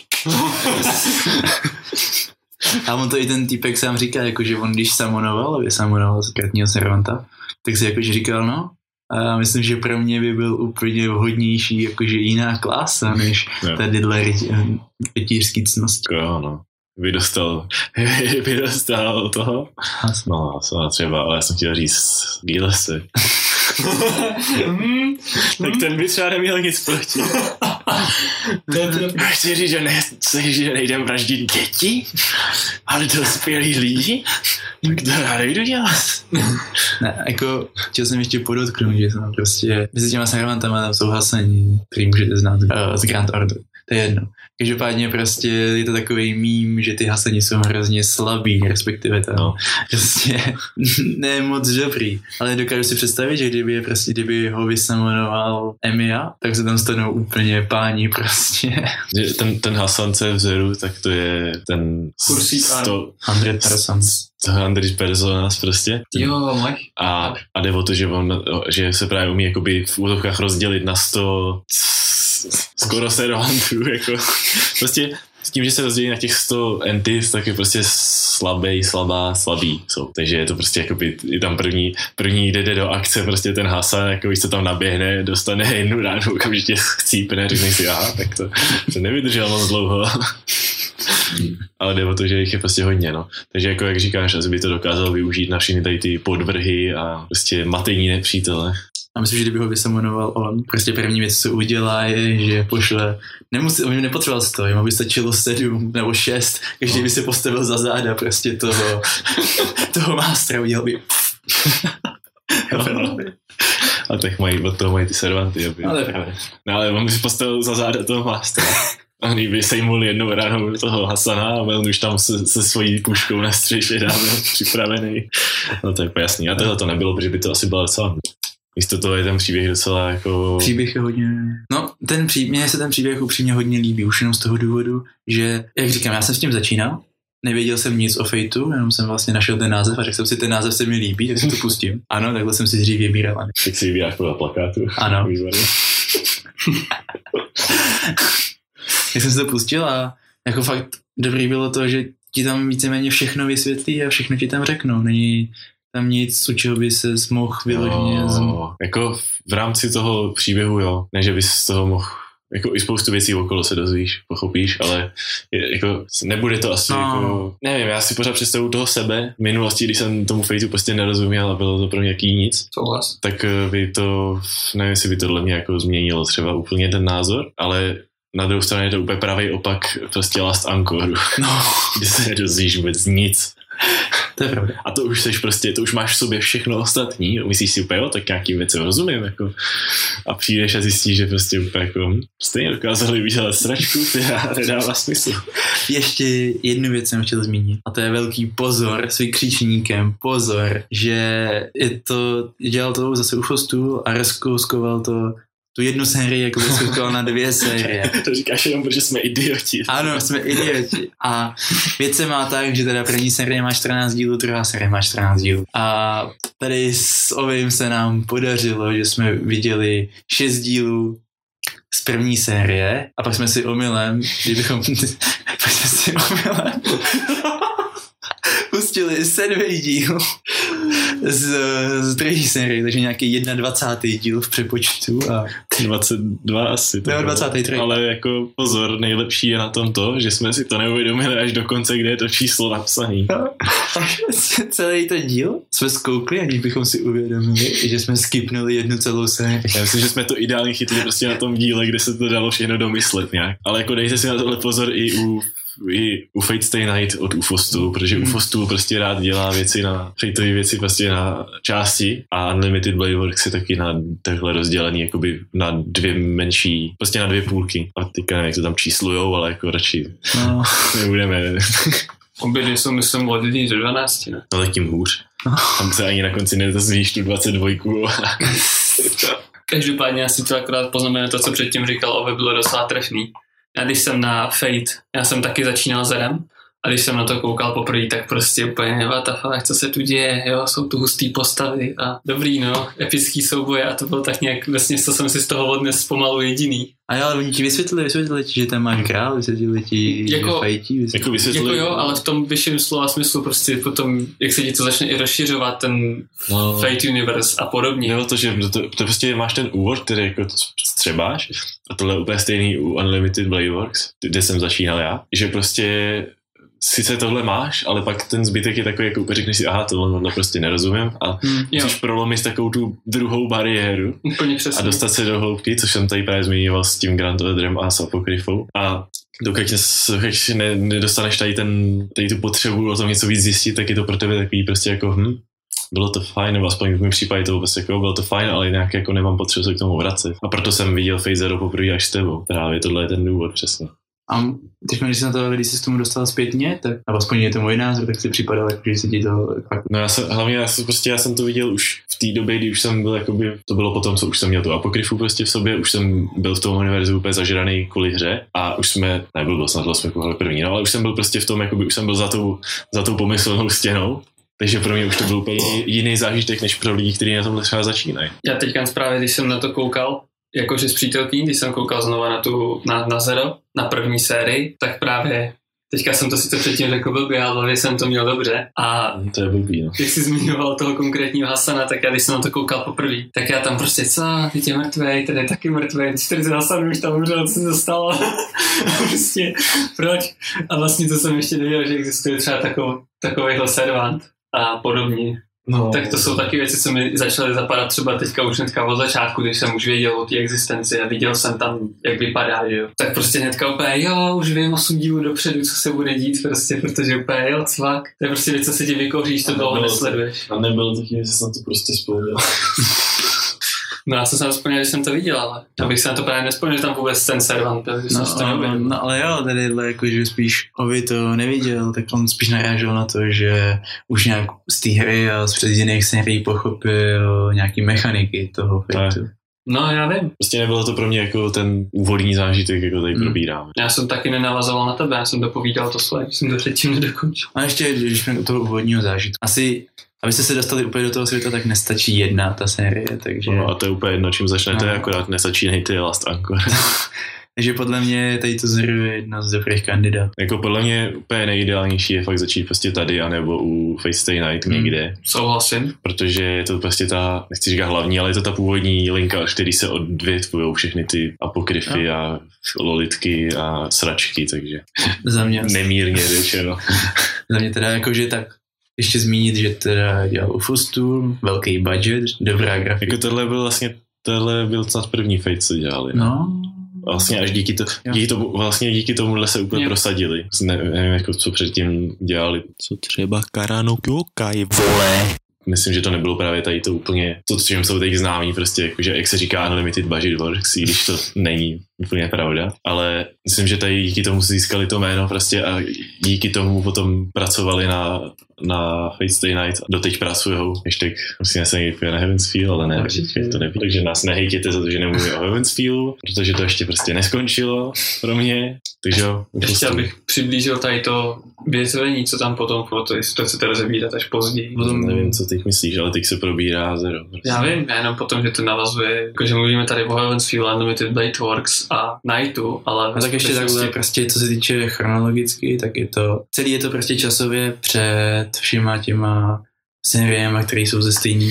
A on to i ten týpek sám říká, jakože on když samonoval sekretního servanta, tak si jakože říkal, no, a myslím, že pro mě by byl úplně vhodnější jakože jiná klása, než tadyhle rytířský ctnosti. Jo, no. By dostal toho? No, třeba, ale já jsem chtěl říct Gilese. Tak ten by třeba neměl nic proti. Chci říct, že nejdem vraždit děti, ale dospělí lidi? Tak to já nejdu dělat. Ne, jako chtěl jsem ještě podotknout, že jsem prostě mezi těma servantama tam jsou hasení, který můžete znát z Grand Order. To je jedno. Každopádně prostě je to takový mím, že ty hasani jsou hrozně slabý, respektive to prostě ne moc dobrý. Ale dokážu si představit, že kdyby ho vysamonoval Emiya, tak se tam stanou úplně páni prostě. Ten Hasance vzoru, tak to je ten 100 personas prostě. Jo, můj. A jde o to, že se právě umí jakoby v úzovkách rozdělit na 100 skoro servantů, jako prostě s tím, že se rozdělí na těch 100 entis, tak je prostě slabý jsou. Takže je to prostě jakoby, je tam první jde do akce, prostě ten Hasan, jako když se tam naběhne, dostane jednu ránu, okamžitě chcípne, řekne si, tak to nevydržel moc dlouho. Ale jde o to, že jich je prostě hodně, no. Takže jako jak říkáš, asi by to dokázal využít na všechny tady ty podvrhy a prostě matení nepřítele. A myslím, že kdyby ho vysamonoval on, prostě první věc, co udělá, je, že pošle, on nepotřeboval 100, jemu by stačilo 7 nebo 6, každý by se postavil za záda prostě toho mástra, udělal by A tak od toho mají ty servanty, aby. Ale právě. No ale on by se postavil za záda toho mástra. A oni by sejmul jednou ránou toho Hasana a on už tam se svojí puškou na střeše dávno připravený. No to je jasný. A tohle to nebylo, protože by to asi bylo docela. Místo toho je ten příběh docela jako... Příběh je hodně... No, mně se ten příběh upřímně hodně líbí, už jenom z toho důvodu, že, jak říkám, já jsem s tím začínal, nevěděl jsem nic o Fateu, jenom jsem vlastně našel ten název a řekl jsem si, ten název se mi líbí, tak si to pustím. Ano, takhle jsem si dřív vybíral. Tak si vybíráš podle plakátu. Ano. Já jsem se to pustil a jako fakt dobrý bylo to, že ti tam víceméně všechno vysvětlí a všechno ti tam řeknou. Není tam nic, u čeho by se mohl vyloženě... Jako v rámci toho příběhu, jo. Ne, že bys z toho mohl... Jako i spoustu věcí okolo se dozvíš, pochopíš, ale jako nebude to asi jako... Nevím, já si pořád představuju toho sebe. V minulosti, když jsem tomu Fateu prostě nerozuměl a bylo to pro mě jaký nic, tak by to... Nevím, jestli by tohle mě jako změnilo třeba úplně ten názor, ale... Na druhou stranu je to úplně pravý opak prostě Last Anchoru, kde se nedozvíš vůbec nic. To je pravda. A to už seš prostě, to už máš v sobě všechno ostatní, myslíš si úplně, tak nějakým věcem rozumím, jako. A přijdeš a zjistíš, že prostě úplně jako, stejně dokázali udělat sračku, která nedává smysl. Ještě jednu věc jsem chtěl zmínit, a to je velký pozor s vykřičníkem, pozor, že dělal to zase u Fostu a rozkouskoval to tu jednu sérii jako by skutkoval na 2 série. To říkáš jenom, protože jsme idioti. Ano, jsme idioti. A věc se má tak, že teda první série má 14 dílů, druhá série má 14 dílů. A tady s Ovým se nám podařilo, že jsme viděli 6 dílů z první série a pak jsme si omylem, pustili 7 díl z druhé série, takže nějaký 21. díl v přepočtu. A 22 asi. 23. Ale jako pozor, nejlepší je na tom to, že jsme si to neuvědomili až do konce, kde je to číslo napsané. Celý ten díl jsme zkoukli, aniž bychom si uvědomili, že jsme skipnuli jednu celou sérii. Já myslím, že jsme to ideálně chytli prostě na tom díle, kde se to dalo všechno domyslet nějak. Ale jako dejte si na tohle pozor i u Fate Stay Night od UFOstu, protože UFOstu prostě rád dělá věci fateové věci prostě na části a Unlimited Blade Works je taky na takhle rozdělený jakoby na 2 menší, prostě na 2 půlky. A teďka nevím, jak to tam číslujou, ale jako radši nebudeme. Obě jsou myslím od 1 do 12, ne? Ale tím hůř. Tam se ani na konci nedozvíš tu 22. Každopádně já si to akorát poznamenám to, co předtím říkal, Ove bylo docela trefný. Já když jsem na Fate, já jsem taky začínal Zerem a když jsem na to koukal poprvé, tak prostě úplně what the fuck, co se tu děje, jo, jsou tu hustý postavy a dobrý, no, epický souboje a to bylo tak nějak, vlastně co jsem si z toho odnes pomalu jediný. A jo, ale oni ti vysvětlili ti, že tam máš král, vysvětlili ti, že fejtí, jako jo, ale v tom vyšším slova smyslu prostě potom, jak se ti to začne i rozšiřovat, ten Fate Universe a podobně. Jo, to, že to prostě máš ten úvod, který jako střebáš a tohle je úplně stejný u Unlimited Blade Works, kde jsem začínal já, že prostě sice tohle máš, ale pak ten zbytek je takový, jako úplně řekneš si, aha, tohle prostě nerozumím a musíš prolomit takovou tu druhou bariéru a dostat se do hloubky, což jsem tady právě zmiňoval s tím Grand Orderem a s Apokryfou a dokud nedostaneš tady tu potřebu o tom něco víc zjistit, tak je to pro tebe takový prostě jako bylo to fajn, nebo aspoň v mém případě to prostě jako bylo to fajn, ale jinak jako nemám potřebu se k tomu vracet. A proto jsem viděl Fate Zero poprvé až s tebou. Právě tohle je ten důvod přesně. A teď, když jsi s tomu dostal zpětně, tak aspoň je to můj názor, tak si připadalo, že si ti to... No já jsem to viděl už v té době, kdy už jsem byl jakoby, to bylo potom, co už jsem měl tu Apokryfu prostě v sobě, už jsem byl v tom univerzu úplně zažraný kvůli hře a už jsme, nebyl snad jsme koukali první, no, ale už jsem byl prostě v tom, jakoby už jsem byl za tou pomyslnou stěnou. Takže pro mě už to byl úplně jiný zážitek, než pro lidi, kteří na tomhle třeba začínají. Já teďka právě, když jsem na to koukal, jakože s přítelkyní, když jsem koukal znova na Zero, na první sérii, tak právě teďka jsem to sice předtím řekl blbě, ale hlavně jsem to měl dobře. A to je blbý, no. Jak jsi zmiňoval toho konkrétního Hasana, tak já když jsem na to koukal poprvé, tak já tam prostě teď je mrtvej, ten je taky mrtvej, 40 Hasanů už tam umřel, co se to stalo. Prostě proč? A vlastně to jsem ještě nevěděl, že existuje třeba takovýhle servant a podobně. No, tak to jsou taky věci, co mi začaly zapadat třeba teďka už hnedka od začátku, když jsem už věděl o té existenci a viděl jsem tam, jak vypadá, že jo. Tak prostě hnedka úplně, jo, už vím 8 dílů dopředu, co se bude dít, prostě, protože úplně, jo, cvak. To je prostě věc, co se ti vykoříš, to dlouho nesleduješ. A nebylo taky, že jsem to prostě spojil. No já jsem se vzpomněl, že jsem to viděl, ale abych se na to právě nespomněl, že tam vůbec ten servant byl, že jsem to nevěděl. No ale jo, tadyhle jakože spíš Ovi to neviděl, tak on spíš narážel na to, že už nějak z té hry a z předjízených sérií pochopil nějaký mechaniky toho Fateu. No já vím. Prostě nebylo to pro mě jako ten úvodní zážitek, jako tady probíráme. Já jsem taky nenavazoval na tebe, já jsem dopovídal to svoje, jsem to předtím nedokončil. A ještě, když jsme u toho úvodního zážitku. Asi abyste se dostali úplně do toho světa, tak nestačí jedna ta série, takže... No a to je úplně jedno, čím začnete, akorát nezačínejte Last Anchor. Takže podle mě tady to Zero je jedna z dobrých kandidátů. Jako podle mě úplně nejideálnější je fakt začít prostě tady, anebo u Fate Stay Night někde. Souhlasím. Protože je to prostě ta, nechci říkat hlavní, ale je to ta původní linka, který se odvětvujou všechny ty apokryfy a lolitky a sračky, takže za mě nemírně řečeno. Za mě teda jakože tak ještě zmínit, že teda dělal UFOstu, velký budget, dobrá grafika. Jako tohle byl snad první Fate, co dělali. No. Vlastně až díky tomuhle se úplně prosadili. Nevím, jako co předtím dělali. Co třeba Karano Kyokai, vole. Myslím, že to nebylo právě tady to úplně, to, čím jsou teď známí, prostě jakože, jak se říká Unlimited Budget Works, i když to není úplně pravda, ale myslím, že tady díky tomu si získali to jméno prostě a díky tomu potom pracovali na Fate Stay Night a doteď pracujou. Ještě tak musíme se jít na Heavensfield, ale ne, to neví. Takže nás nehejtěte za to, že nemluvíme o Heavensfieldu, protože to ještě prostě neskončilo pro mě. Takže jo. Ještě abych přiblížil tady to vězvení, co tam potom, jestli to chcete rozebírat až později. Potom nevím, co teď myslíš, ale teď se probírá Zero. Prostě. Já vím, jenom potom, že to navazuje, jakože mluvíme tady o Heavensfield, Unlimited Blade Works a Nightu, ale... A tak ještě takhle prostě, co se týče chronologicky, tak je to, celý je to prostě časově před všema těma sériema, které jsou ze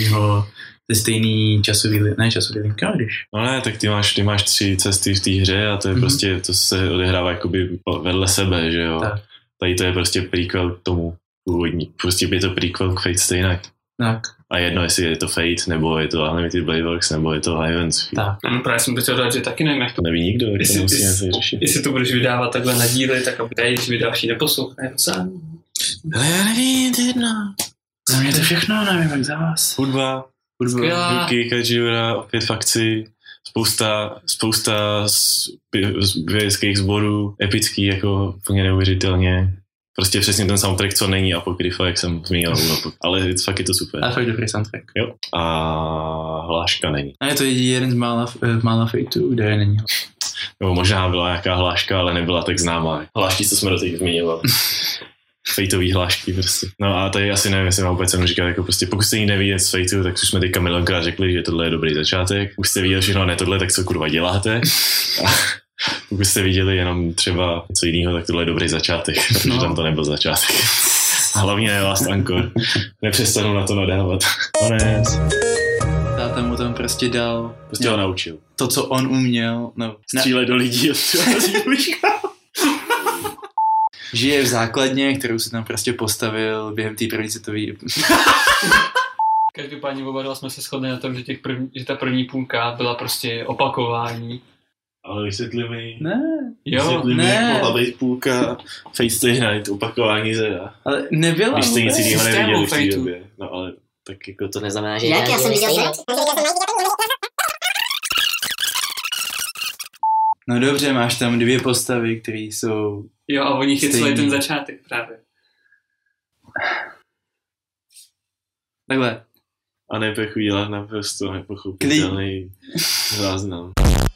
stejný časový linka, když. No ne, tak ty máš 3 cesty v té hře a to je prostě, to se odehrává jakoby vedle sebe, že jo. Tak. Tady to je prostě prequel k tomu původní. Prostě je to prequel k Fate Stay Night. Tak. A jedno, jestli je to Fate, nebo je to Unlimited Blade Works, nebo je to Heavensfield. Tak. No, právě jsem to chtěl dát, že taky nevím, jak to... Neví nikdo, jak to musíme se řešit. Jestli to budeš vydávat takhle na díly, tak aby tady, když mi další neposlouchají, ale já nevím, to je jedno. Za mě to všechno, nevím, jak za vás. Hudba, Yuki Kajiura, opět fakci, spousta vědeckých sborů, epický, jako úplně neuvěřitelně. Prostě přesně ten soundtrack, co není Apokryfa, jak jsem zmínil. Ale fakt je to super. A fakt dobrý soundtrack. Jo. A hláška není. A je to jeden z mála Fateů, kde není. Jo, možná byla nějaká hláška, ale nebyla tak známá. Hlášky, co jsme do teď zmínili. Fateový hlášky prostě. No a tady asi nevím, jestli mám vůbec cenu říkat, jako prostě pokud jste jí nevidět z Fateu, tak už jsme teďka milionkrát řekli, že tohle je dobrý začátek. Už jste viděli všechno, ne tohle, tak co kurva děláte. A pokud jste viděli jenom třeba něco jiného, tak tohle je dobrý začátek, protože tam to nebyl začátek. A hlavně ne Last Anchor. Nepřestanu na to nadávat. Konec. Táta mu tam prostě dal. Prostě ho naučil. To, co on uměl. No. Střílet do lidí. Žije v základně, kterou si tam prostě postavil během té první světové. Každopádně oba dva jsme se shodli na tom, že ta první půlka byla prostě opakování. Ale vysvětli mi. Ne. Jo, ne. Jak mohla být půlka Fate Stay Night, opakování Zera. Ale nebyla. Když jste nic jiného neviděli v té době. No ale tak jako to neznamená, že... Jak já jsem viděl Zera? No dobře, máš tam 2 postavy, které jsou... Jo, a oni chycli ten začátek právě. Takhle. A nepochvíla naprosto nepochopitelný záznam.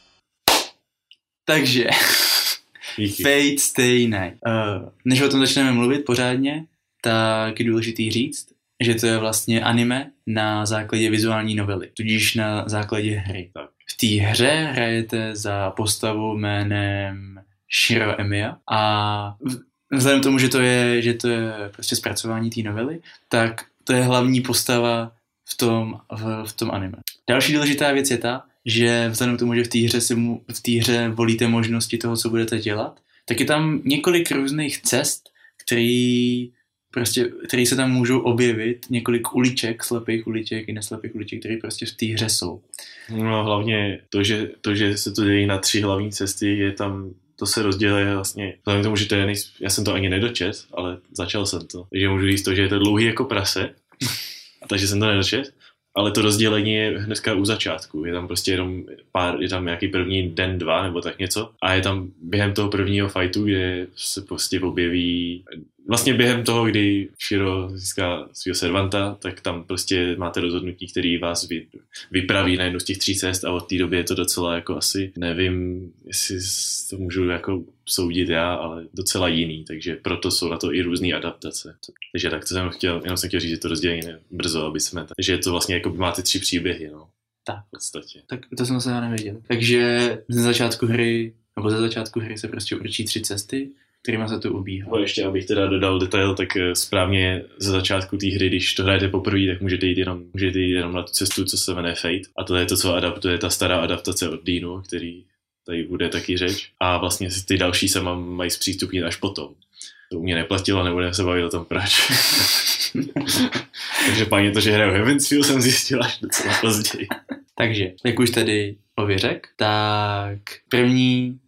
Takže, Díky. Fate Stay Night. Než o tom začneme mluvit pořádně, tak je důležitý říct, že to je vlastně anime na základě vizuální novely, tudíž na základě hry. Tak. V té hře hrajete za postavu jménem Shiro Emiya a vzhledem k tomu, že to je prostě zpracování té novely, tak to je hlavní postava v tom anime. Další důležitá věc je ta, že vzhledem k tomu, že v té hře volíte možnosti toho, co budete dělat, tak je tam několik různých cest, které se tam můžou objevit, několik uliček, slepých uliček i neslepých uliček, které prostě v té hře jsou. No hlavně to, že se to dějí na 3 hlavní cesty, je tam, to se rozděluje vlastně, vzhledem k tomu, že to je já jsem to ani nedočet, ale začal jsem to. Takže můžu říct to, že je to dlouhý jako prase, takže jsem to nedočet. Ale to rozdělení je hnedka u začátku. Je tam prostě jenom je tam nějaký první den, 2 nebo tak něco. A je tam během toho prvního fightu, kde se prostě objeví vlastně během toho, kdy Shiro získá svého servanta, tak tam prostě máte rozhodnutí, který vás vypraví na jednu z těch 3 cest a od té doby je to docela jako asi, nevím, jestli to můžu jako soudit já, ale docela jiný, takže proto jsou na to i různé adaptace. Takže tak to jsem chtěl říct, že to rozdělení brzo, aby jsme takže je to vlastně jako by máte 3 příběhy, no. Tak. V podstatě. Tak to jsem se já nevěděl. Takže ze začátku hry se prostě určí 3 cesty, kterýma se to ubíhá. No ještě, abych teda dodal detail, tak správně ze začátku té hry, když to hrajete poprvé, tak můžete jít jenom na tu cestu, co se jmenuje Fate. A to je to, co adaptuje ta stará adaptace od Deanu, který tady bude taky řeč. A vlastně ty další se mají zpřístupnit až potom. To u mě neplatilo, nebudeme se bavit o tom proč. Takže páně to, že hraju Heavensfield, jsem zjistil až docela později. Takže, jak už tady Ovi řekl, tak první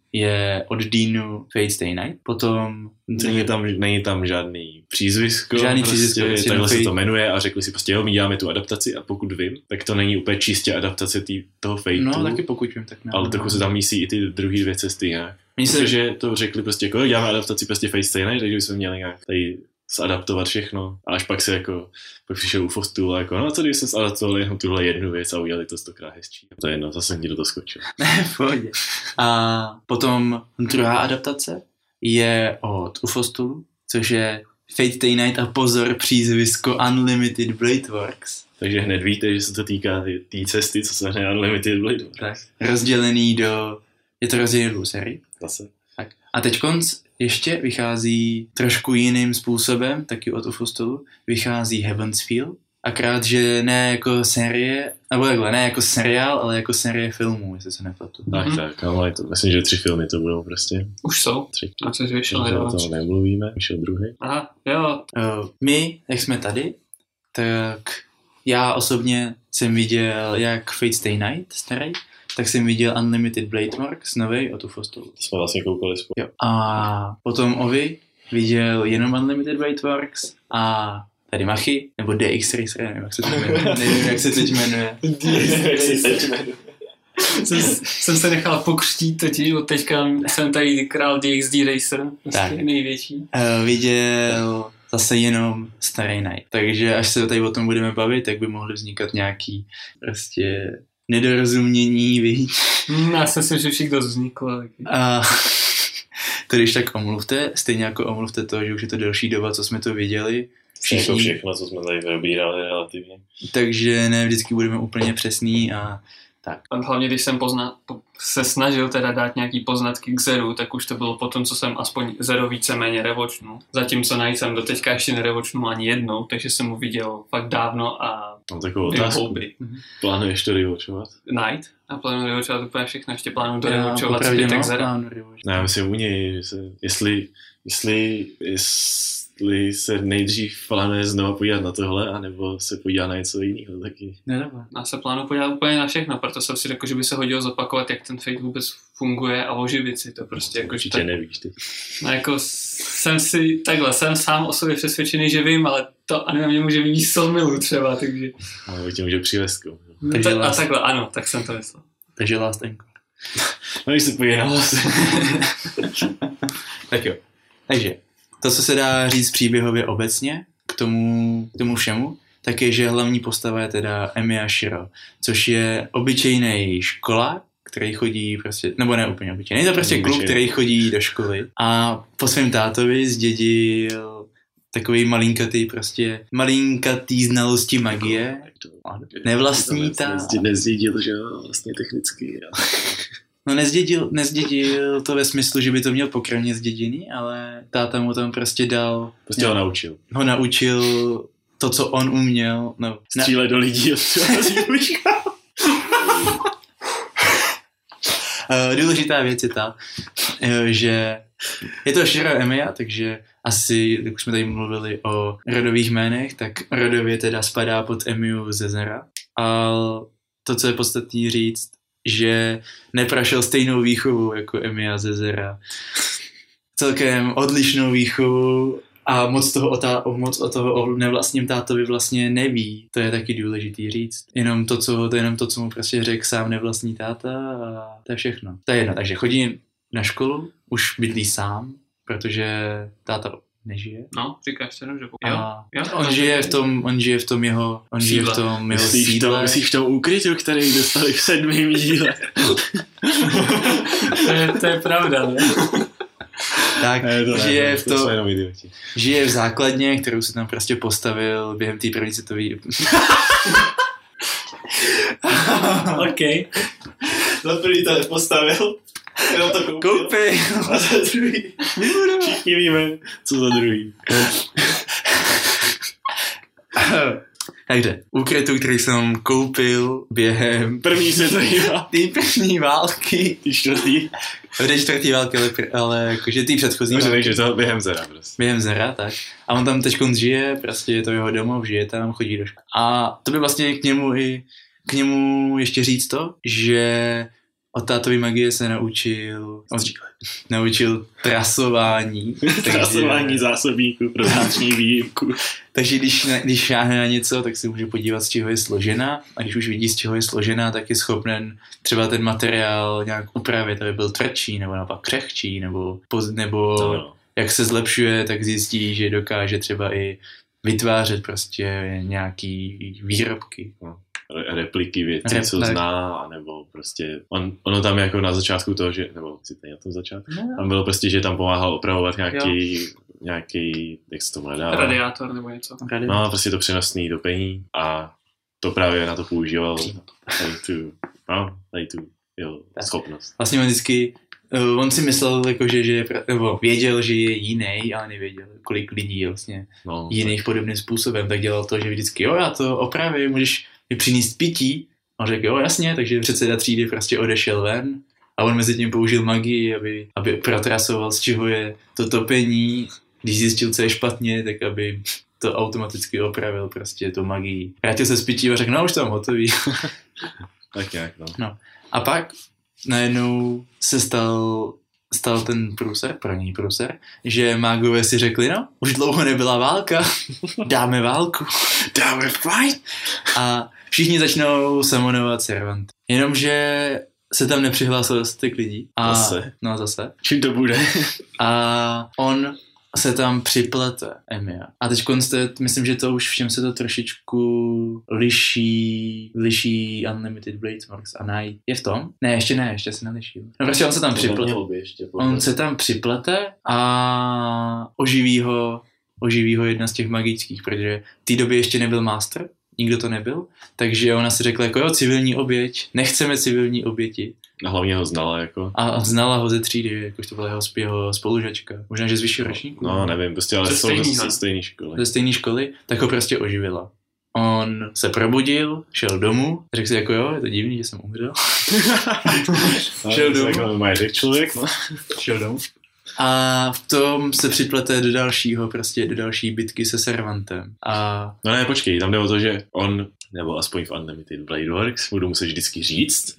je od Deanu Fate Stay Night, potom... Není tam žádný přízvisko, žádný prostě, přízvisko, takhle se to jmenuje a řekli si prostě, jo, my děláme tu adaptaci a pokud vím, tak to není úplně čistě adaptace toho Fateu. No, taky pokud vím, tak ne. Ale trochu se tam mísí i ty druhé dvě cesty nějak. Protože to řekli prostě, jako děláme adaptaci prostě Fate Stay Night, takže bychom měli nějak tady zadaptovat všechno. A až pak se jako, pak přišel UFO Stool a jako, no co když jsme zadaptovali jenom tuhle jednu věc a udělali to 100krát hezčí. To je jedno, zase jsem ti do toho skočil. Ne, v pohodě. A potom druhá adaptace je od UFO Stoolu, což je Fate Stay Night a pozor, přízvisko Unlimited Blade Works. Takže hned víte, že se to týká té cesty, co se jmenuje Unlimited Blade Works. Tak, rozdělený je to rozdělený do sérii. Zase. Tak. A teď konc ještě vychází trošku jiným způsobem, taky od UFO Stoolu, vychází Heaven's Feel, akorát, že ne jako série, nebo takhle, ne jako seriál, ale jako série filmů, jestli se nepletu. Tak, ale myslím, že 3 filmy to budou prostě. Už jsou. 3. A co jsi vyšel? O tom nemluvíme, vyšel druhý. Aha, jo. My, jak jsme tady, tak já osobně jsem viděl jak Fate Stay Night, starý, tak jsem viděl Unlimited Blade Works, novej od UFO Stoolu. To jsme vlastně koukali spolu. Jo. A potom Ovi viděl jenom Unlimited Blade Works a tady Machy, nebo DX Racer, nevím, jak se to jmenuje. Nevím, jak se teď jmenuje. Jsem se nechal pokřtít totiž, od teďka jsem tady král DXD Racer, prostě největší. Viděl zase jenom Starý Night. Takže až se tady o tom budeme bavit, tak by mohly vznikat nějaký prostě nedorozumění, víš. Já si myslím, že všechno vzniklo. A to když tak omluvte, stejně jako omluvte to, že už je to delší doba, co jsme to viděli. Všichni. Všechno, co jsme tady probírali relativně. Takže ne vždycky budeme úplně přesný a tak. A hlavně, když jsem se snažil teda dát nějaký poznatky k Zeru, tak už to bylo potom, co jsem aspoň Zero víceméně revočnul. Zatímco Night jsem doteďka ještě nerevočnul ani jednou, takže jsem mu viděl fakt dávno a mám takovou otázku. Plánuješ to revočovat? Night? A plánuji revočovat úplně všechno, ještě plánuji to revočovat zbytek Zera. Já myslím u něj, že jestli se nejdřív plánuje znova podívat na tohle, anebo se podívá na něco jiného taky. Já se plánuji podívat úplně na všechno, proto jsem si řekl, že by se hodilo zopakovat, jak ten Fate vůbec funguje a oživit si to prostě. Jako, určitě nevíš ty. No jako jsem sám o sobě přesvědčený, že vím, ale to ani na mě může být somilu třeba, takže... Ale tě může přiveskou. A takhle, ano, tak jsem to myslel. Takže Last Encore. No když se podívej na hlasy. Tak jo. Takže to, co se dá říct příběhově obecně k tomu všemu, tak je, že hlavní postava je teda Emiya Shiro, což je obyčejný školák, který chodí prostě, nebo ne úplně obyčejný, je to prostě kluk, který chodí do školy a po svém tátovi zdědil takový malinkatý znalosti magie. Nevlastní nezdědil, že jo, vlastně technicky. No nezdědil to ve smyslu, že by to měl pokrevně zděděný, ale táta mu tam prostě dal... Prostě ho naučil. Ho naučil to, co on uměl. No, střílet do lidí. Důležitá věc je ta, že je to Shiro Emiya, takže asi, jak už jsme tady mluvili o rodových jménech, tak rodově teda spadá pod Emiyu ze Zera. A to, co je podstatný říct, že neprošel stejnou výchovu jako Emiya ze Zera. Celkem odlišnou výchovu a moc o toho nevlastním tátovi vlastně neví. To je taky důležitý říct. Jenom to, co mu prostě řekl sám nevlastní táta a to je všechno. To je jedno, takže chodí na školu, už bydlí sám, protože táta nežije. No, říkáš se, že on žije v tom jeho sídle. Myslíš v tom úkrytu, který dostali v 7. díle. to je pravda, ne? Tak, žije v základně, kterou si tam prostě postavil během té první světové... OK. Za první to nepostavil. Jenom to koupil. A za druhý. Všichni víme, co za druhý. Takže, úkrytu, který jsem koupil během první první války. Ty čtvrtý. V čtvrtý války, ale jakože ty předchozí války. Takže to během Zera prostě. Během Zera, tak. A on tam teďkon žije, prostě je to jeho domov, žije tam, chodí do školy. A to by vlastně k němu ještě říct to, že od tátovy magie se naučil trasování. Trasování zásobníků pro vnitřní výjimku. Takže když šáhne na něco, tak se může podívat, z čeho je složená, a když už vidí, z čeho je složená, tak je schopen třeba ten materiál nějak upravit, aby byl tvrdší, nebo naopak křehčí, nebo jak se zlepšuje, tak zjistí, že dokáže třeba i vytvářet prostě nějaký výrobky. Repliky věcí, co zná, nebo prostě, ono tam jako na začátku toho, že, nebo si tady na tom začátku, tam bylo prostě, že tam pomáhal opravovat nějaký, jak se to jmenuje? Radiátor nebo něco. No, prostě to přenosný topení a to právě na to používal tady tu schopnost. Vlastně on vždycky, on si myslel, jako, nebo věděl, že je jiný, ale nevěděl, kolik lidí je vlastně jiných podobným způsobem, tak dělal to, že vždycky, já to opravím, můžeš mi přinést pití. A on řekl, jasně, takže předseda třídy prostě odešel ven a on mezi tím použil magii, aby protrasoval, z čeho je to topení. Když zjistil, co je špatně, tak aby to automaticky opravil prostě tu magii. Vrátil se z pití a řekl, už to mám hotový. Tak nějak, no. A pak najednou se stal ten průser, že mágové si řekli, už dlouho nebyla válka, dáme válku, dáme fight. A všichni začnou summonovat Servanty. Jenomže se tam nepřihlásil dostatek lidí. Zase. Čím to bude? A on se tam připlete, Emilia. A teď myslím, že to už všem se to trošičku liší Unlimited Bladesworks a Night. Je v tom? Ne, ještě se neliší. No prostě on se tam připlete. On se tam připlete a oživí ho jedna z těch magických, protože v té době ještě nebyl master, nikdo to nebyl, takže ona si řekla jako civilní oběť, nechceme civilní oběti. A hlavně ho znala jako. A znala ho ze třídy, jakož to byla jeho spolužačka. Možná, že z vyššího ročníku. No, nevím, prostě, ale jsou ze stejné školy. Ze stejné školy, tak ho prostě oživila. On se probudil, šel domů, řekl si jako je to divný, že jsem umřel. Šel domů. Jako majetek člověk, Šel domů. A v tom se připlete do další bitky se Servantem. No ne, počkej, tam jde o to, že on, nebo aspoň v Unlimited Bladeworks, budu muset vždycky říct,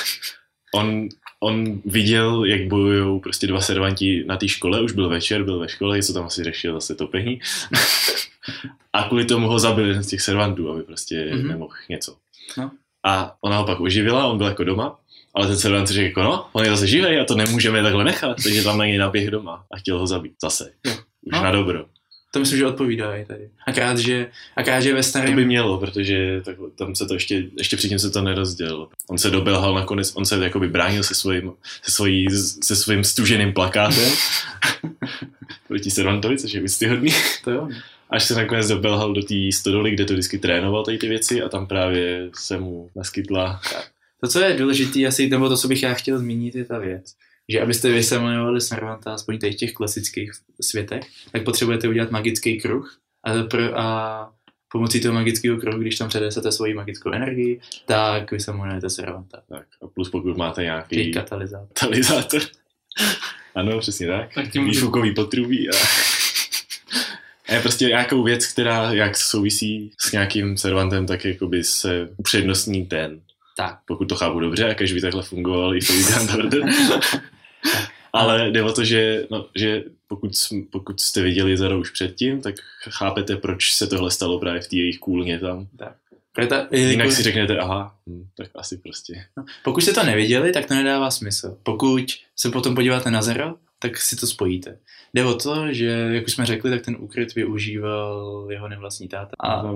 on viděl, jak bojujou prostě dva servanti na té škole, už byl večer, byl ve škole, něco tam asi řešil zase topení. A kvůli tomu ho zabil jeden z těch servantů, aby prostě nemohl něco. No. A ona ho pak uživila, on byl jako doma, ale ten servant si řekl, on je zase živej a to nemůžeme takhle nechat, takže tam na něj naběh doma a chtěl ho zabít zase. Už na dobro. To myslím, že odpovídá i tady. Akrát, že ve starém... To by mělo, protože tam se to ještě předtím se to nerozdělilo. On se dobelhal nakonec, on se jakoby bránil se svým stuženým plakátem proti servantovi, což je úctyhodný. To jo. Až se nakonec dobelhal do té stodoly, kde to vždycky trénoval tady ty věci a tam právě se mu naskytla. To, co je důležité asi, nebo to, co bych já chtěl zmínit, je ta věc, že abyste vysamonovali Servanta aspoň v těch klasických světech, tak potřebujete udělat magický kruh a pomocí toho magického kruhu, když tam předesete svoji magickou energii, tak vysamonujete Servanta. Tak a plus pokud máte nějaký katalyzátor. Ano, přesně tak. Výfukový potrubí a je prostě nějakou věc, která jak souvisí s nějakým servantem, tak jakoby se upřednostní ten. Tak. Pokud to chápu dobře, a když by takhle fungoval i Fate Order. Ale jde o to, že pokud jste viděli Zero už předtím, tak chápete, proč se tohle stalo právě v té jejich kůlně tam. Tak. Jinak si řeknete, tak asi prostě. No, pokud jste to neviděli, tak to nedává smysl. Pokud se potom podíváte na Zero, tak si to spojíte. Jde o to, že, jak už jsme řekli, tak ten úkryt využíval jeho nevlastní táta.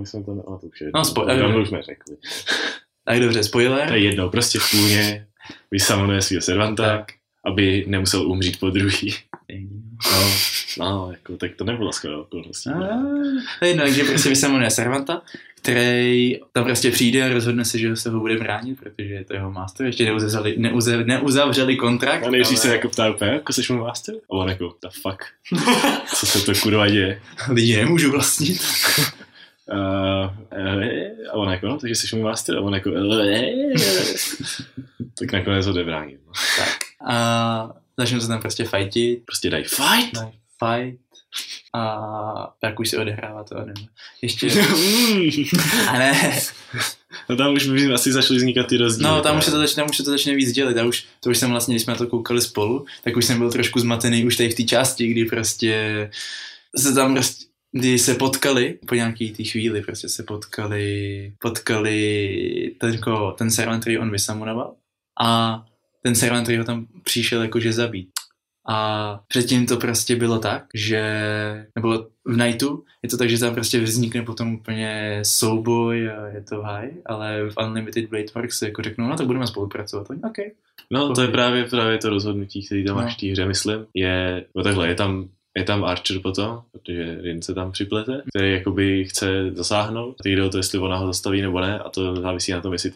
To už jsme řekli. Tak dobře, spoiler. To je jedno, prostě v půlně vysamonuje svýho servanta, aby nemusel umřít po druhý. Jako, tak to nebylo skoro okolností. To je jedno, takže prostě vysamonuje servanta, který tam prostě přijde a rozhodne se, že se ho bude bránit, protože je to jeho master, ještě neuzavřeli kontrakt. A nejdřív se jako ptá úplně, jako seš můj master? A on jako, the fuck, co se to kurva děje? Lidi nemůžu vlastnit. A on jako, takže jsi můj master? A on jako, tak nakonec ho nebránil. Tak. A začnou se tam prostě fightit. Prostě dají fight. A tak už se odehrává to anime. Ještě... A ne. No tam už by asi začaly vznikat ty rozdíly. No, tam už se to začne víc dělit. To už jsem vlastně, když jsme na to koukali spolu, tak už jsem byl trošku zmatený už tady v té části, kdy prostě se tam kdy se potkali, po nějaký té chvíli prostě se potkali ten servant, který on vysamonoval a ten servant, který ho tam přišel jakože zabít. A předtím to prostě bylo tak, že, nebo v Nightu je to tak, že tam prostě vznikne potom úplně souboj a je to high, ale v Unlimited Blade Works se jako řeknou, no tak budeme spolupracovat. Okay. No to je právě to rozhodnutí, který tam máš v té hře, myslím, no takhle, je tam Archer potom, protože Rin se tam připlete, který jakoby chce zasáhnout, a ty jde o to, jestli ona ho zastaví nebo ne, a to závisí na tom, jestli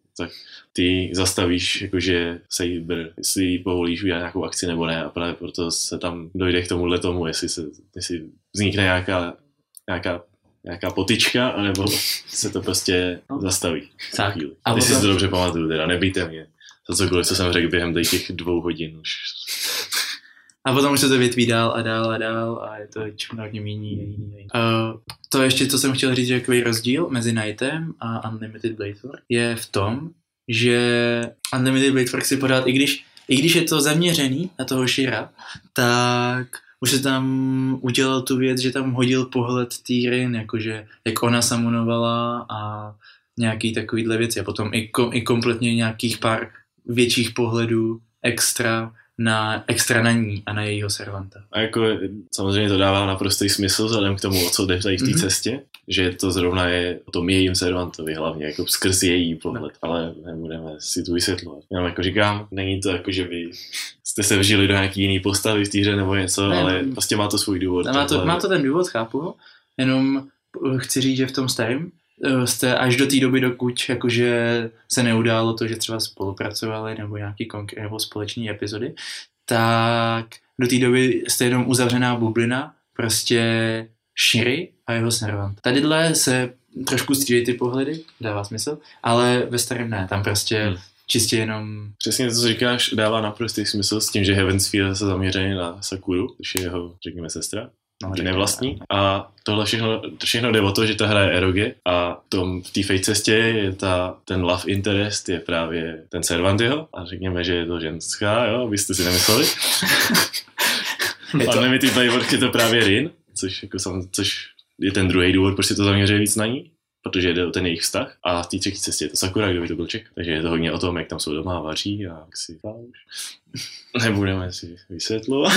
ty zastavíš jakože Saber, jestli jí povolíš udělat nějakou akci nebo ne, a právě proto se tam dojde k tomu, jestli vznikne nějaká potyčka, anebo se to prostě zastaví. Tak. A ty si to dobře pamatuju, teda nebýte mě. Za cokoliv, co jsem řekl během těch 2 hodin už. A potom už se to větví dál a je to čím dál jiný. To ještě, co jsem chtěl říct, že takový rozdíl mezi Nightem a Unlimited Blade Works je v tom, že Unlimited Blade Works si pořád, i když je to zaměřený na toho Shira, tak už se tam udělal tu věc, že tam hodil pohled tý Rin, jakože jak ona samonovala a nějaký takovýhle věci. A potom i kompletně nějakých pár větších pohledů extra na ní a na jejího servanta. A jako samozřejmě to dává naprostý smysl vzhledem k tomu, o co jde tady v té cestě, že to zrovna je o tom jejím servantovi hlavně, jako skrz její pohled, ale nebudeme si tu vysvětlovat. Jenom jako říkám, není to jako, že by jste se vžili do nějaký jiný postavy v té hře nebo něco, ne, ale prostě má to svůj důvod. Má to ten důvod, chápu, jenom chci říct, že v tom starém jste až do té doby, dokud jakože se neudálo to, že třeba spolupracovali nebo nějaký nebo společný epizody, tak do té doby jste jenom uzavřená bublina, prostě Shiri a jeho servant. Tadyhle se trošku střídají ty pohledy, dává smysl, ale ve starém ne, tam prostě čistě jenom... Přesně to, co říkáš, dává naprostý smysl s tím, že Heavensphere je zase zaměřený na Sakuru, což je jeho, řekněme, sestra. Nevlastní. A tohle všechno jde o to, že ta hra je eroge a v té fate cestě je ten love interest je právě ten servant jeho a řekněme, že je to ženská, jo, abyste si nemysleli. A Unlimited Blade Works je to právě Rin, což je ten druhý důvod, proč se to zaměřuje víc na ní, protože jde o ten jejich vztah a v té třetí cestě je to Sakura, kdo by to byl ček. Takže je to hodně o tom, jak tam jsou doma, vaří a jak si nebudeme si vysvětlovat.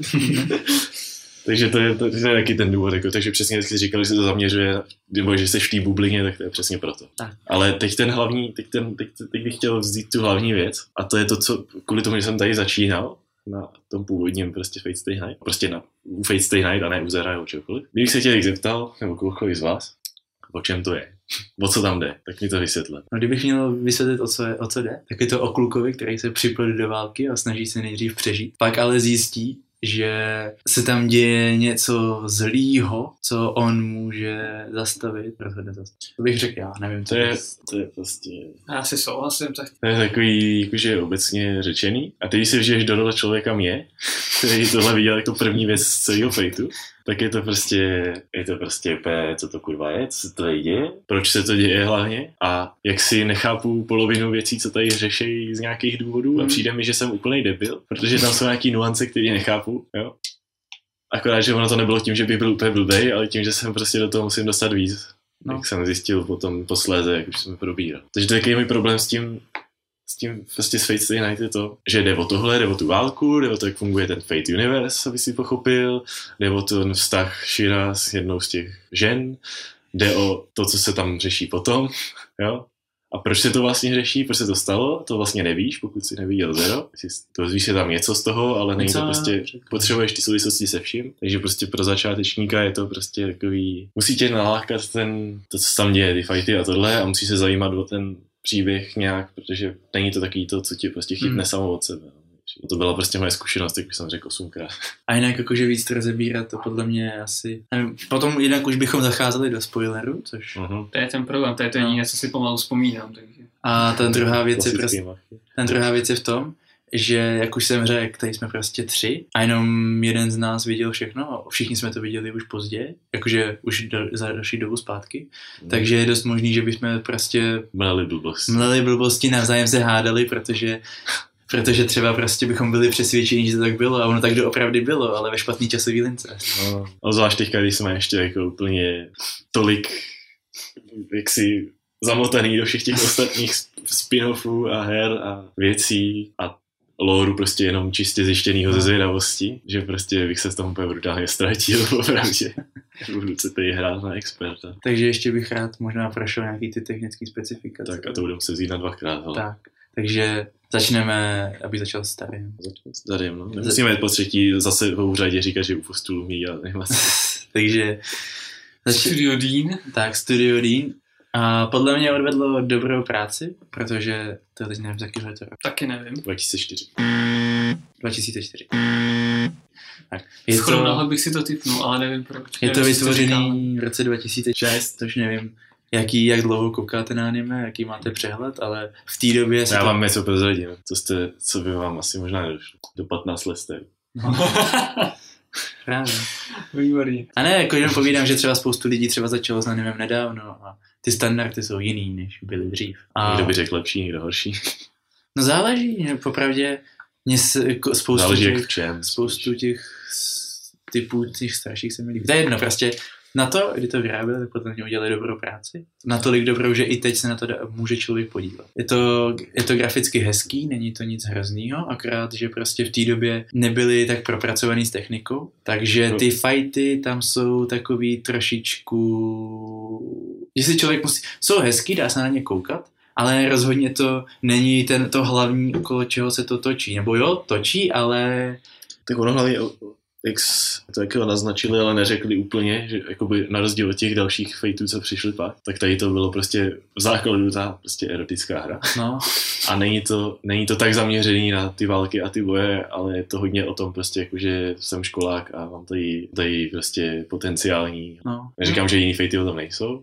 Takže to je taky ten důvod, jako, takže přesně jak jsi říkal, že se to zaměřuje, nebo že jsi v té bublině, tak to je přesně proto. Ale teď bych chtěl vzít tu hlavní věc a to je to, co kvůli tomu, že jsem tady začínal na tom původním prostě Fate Stay Night, prostě u Fate Stay Night a ne u Zera nebo čokoliv. Kdybych se tě zeptal, nebo kohokoliv z vás, o čem to je, o co tam jde, tak mi to vysvětle. No, kdybych měl vysvětlit, o co jde, tak je to o klukovi, který se připlodí do války a snaží se nejdřív přežít. Pak ale zjistí, že se tam děje něco zlýho, co on může zastavit. To bych řekl já, nevím. To je prostě... Já si souhlasím. Tak... To je takový jakože obecně řečený. A ty, když si vžiješ do role člověka mě, který tohle viděl jako první věc z celého Fateu, tak je to prostě úplně, co to kurva je, co se to děje, proč se to děje hlavně a jak si nechápu polovinu věcí, co tady řeší z nějakých důvodů a přijde mi, že jsem úplnej debil, protože tam jsou nějaký nuance, které nechápu, jo. Akorát, že ono to nebylo tím, že bych byl úplně blbej, ale tím, že jsem prostě do toho musím dostat víc. No. Jak jsem zjistil potom posléze, jak už jsme probíral. Takže to je takový můj problém s tím prostě s Fate Stay Night je to, že jde o tohle, jde o tu válku, jde o to, jak funguje ten Fate Universe, aby si pochopil, jde o ten vztah Shira s jednou z těch žen, jde o to, co se tam řeší potom, jo. A proč se to vlastně řeší, proč se to stalo, to vlastně nevíš, pokud jsi neviděl Zero. Dozvíš se tam něco z toho, ale není to prostě, potřebuješ ty souvislosti se vším, takže prostě pro začátečníka je to prostě takový, musí tě nalákat to, co se tam děje, ty fighty a tohle a musí se zajímat o ten příběh nějak, protože není to takový to, co tě prostě chytne samo od sebe. To byla prostě moje zkušenost, jak už jsem řekl 8krát. A jinak jakože víc to rozebírat, to podle mě asi... Nevím, potom jinak už bychom zacházeli do spoileru, což... To je ten problém, to je to něco si pomalu vzpomínám. Takže... A ta druhá věc je v tom, že jak už jsem řekl, tady jsme prostě 3 a jenom jeden z nás viděl všechno a všichni jsme to viděli už pozdě, jakože už za další dobu zpátky, takže je dost možný, že bychom prostě mleli blbosti, navzájem se hádali, protože třeba prostě bychom byli přesvědčeni, že to tak bylo a ono tak doopravdy bylo, ale ve špatný časový lince. No, a zvlášť teďka, když jsme ještě jako úplně tolik jaksi zamotaný do všech těch ostatních spin-offů a her a věcí a lóru prostě jenom čistě zjištěnýho ze zvědavosti, že prostě bych se z toho úplně brutálně ztratil, opravdu. Budu se tady hrát na experta. Takže ještě bych rád možná prošel nějaký ty technické specifikace. Tak a to budeme se vzít na 2krát. Hele. Tak, takže začneme, aby začal starým. Starým, no. Nemusíme po třetí zase v úřadě říkat, že u postulu umí a nevím. Takže Studio Dean. Tak, Studio Dean. A podle mě odvedlo dobrou práci, protože to teď nevím, za jaký let. Taky nevím. 2004. 2004. Tak. Shodou náhle bych si to tipnul, ale nevím proč. Je to vytvořený v roce 2006, tož nevím, jak dlouho koukáte na anime, jaký máte přehled, ale v té době... Já vám něco prozradím, co by vám asi možná nedošlo. Do 15 let jste. Právě. Výborný. A ne, jako jenom povídám, že třeba spoustu lidí třeba začalo s animem nedávno a ty standardy jsou jiný, než byly dřív. A... Někdo by řekl lepší, někdo horší. No záleží, popravdě spoustu těch typů těch starších se mi líbí. To je jedno, prostě na to, kdy to vyráběli, tak podle mě udělali dobrou práci. Natolik dobrou, že i teď se na to může člověk podívat. Je to graficky hezký, není to nic hroznýho, akorát, že prostě v té době nebyly tak propracovaný s technikou, takže ty fighty tam jsou takový trošičku... Že si člověk jsou hezký, dá se na ně koukat, ale rozhodně to není to hlavní, okolo čeho se to točí. Nebo jo, točí, ale... Tak ono hlavně to jako naznačili, ale neřekli úplně, že jakoby na rozdíl od těch dalších fejtů, co přišli pak, tak tady to bylo prostě v základu ta prostě erotická hra. No. A není to tak zaměřený na ty války a ty boje, ale je to hodně o tom prostě jako, že jsem školák a mám tady prostě potenciální. No. Neříkám, že jiný fejty o tom nejsou,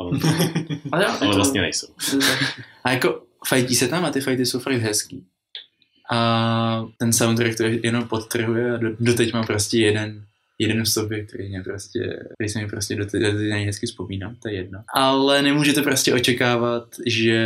ale vlastně nejsou. A jako fajtí se tam a ty fajty jsou fakt hezký. A ten soundtrack to jenom podtrhuje a doteď mám prostě jeden v sobě, který se mi prostě doteď hezky vzpomínám, to je jedno. Ale nemůžete prostě očekávat, že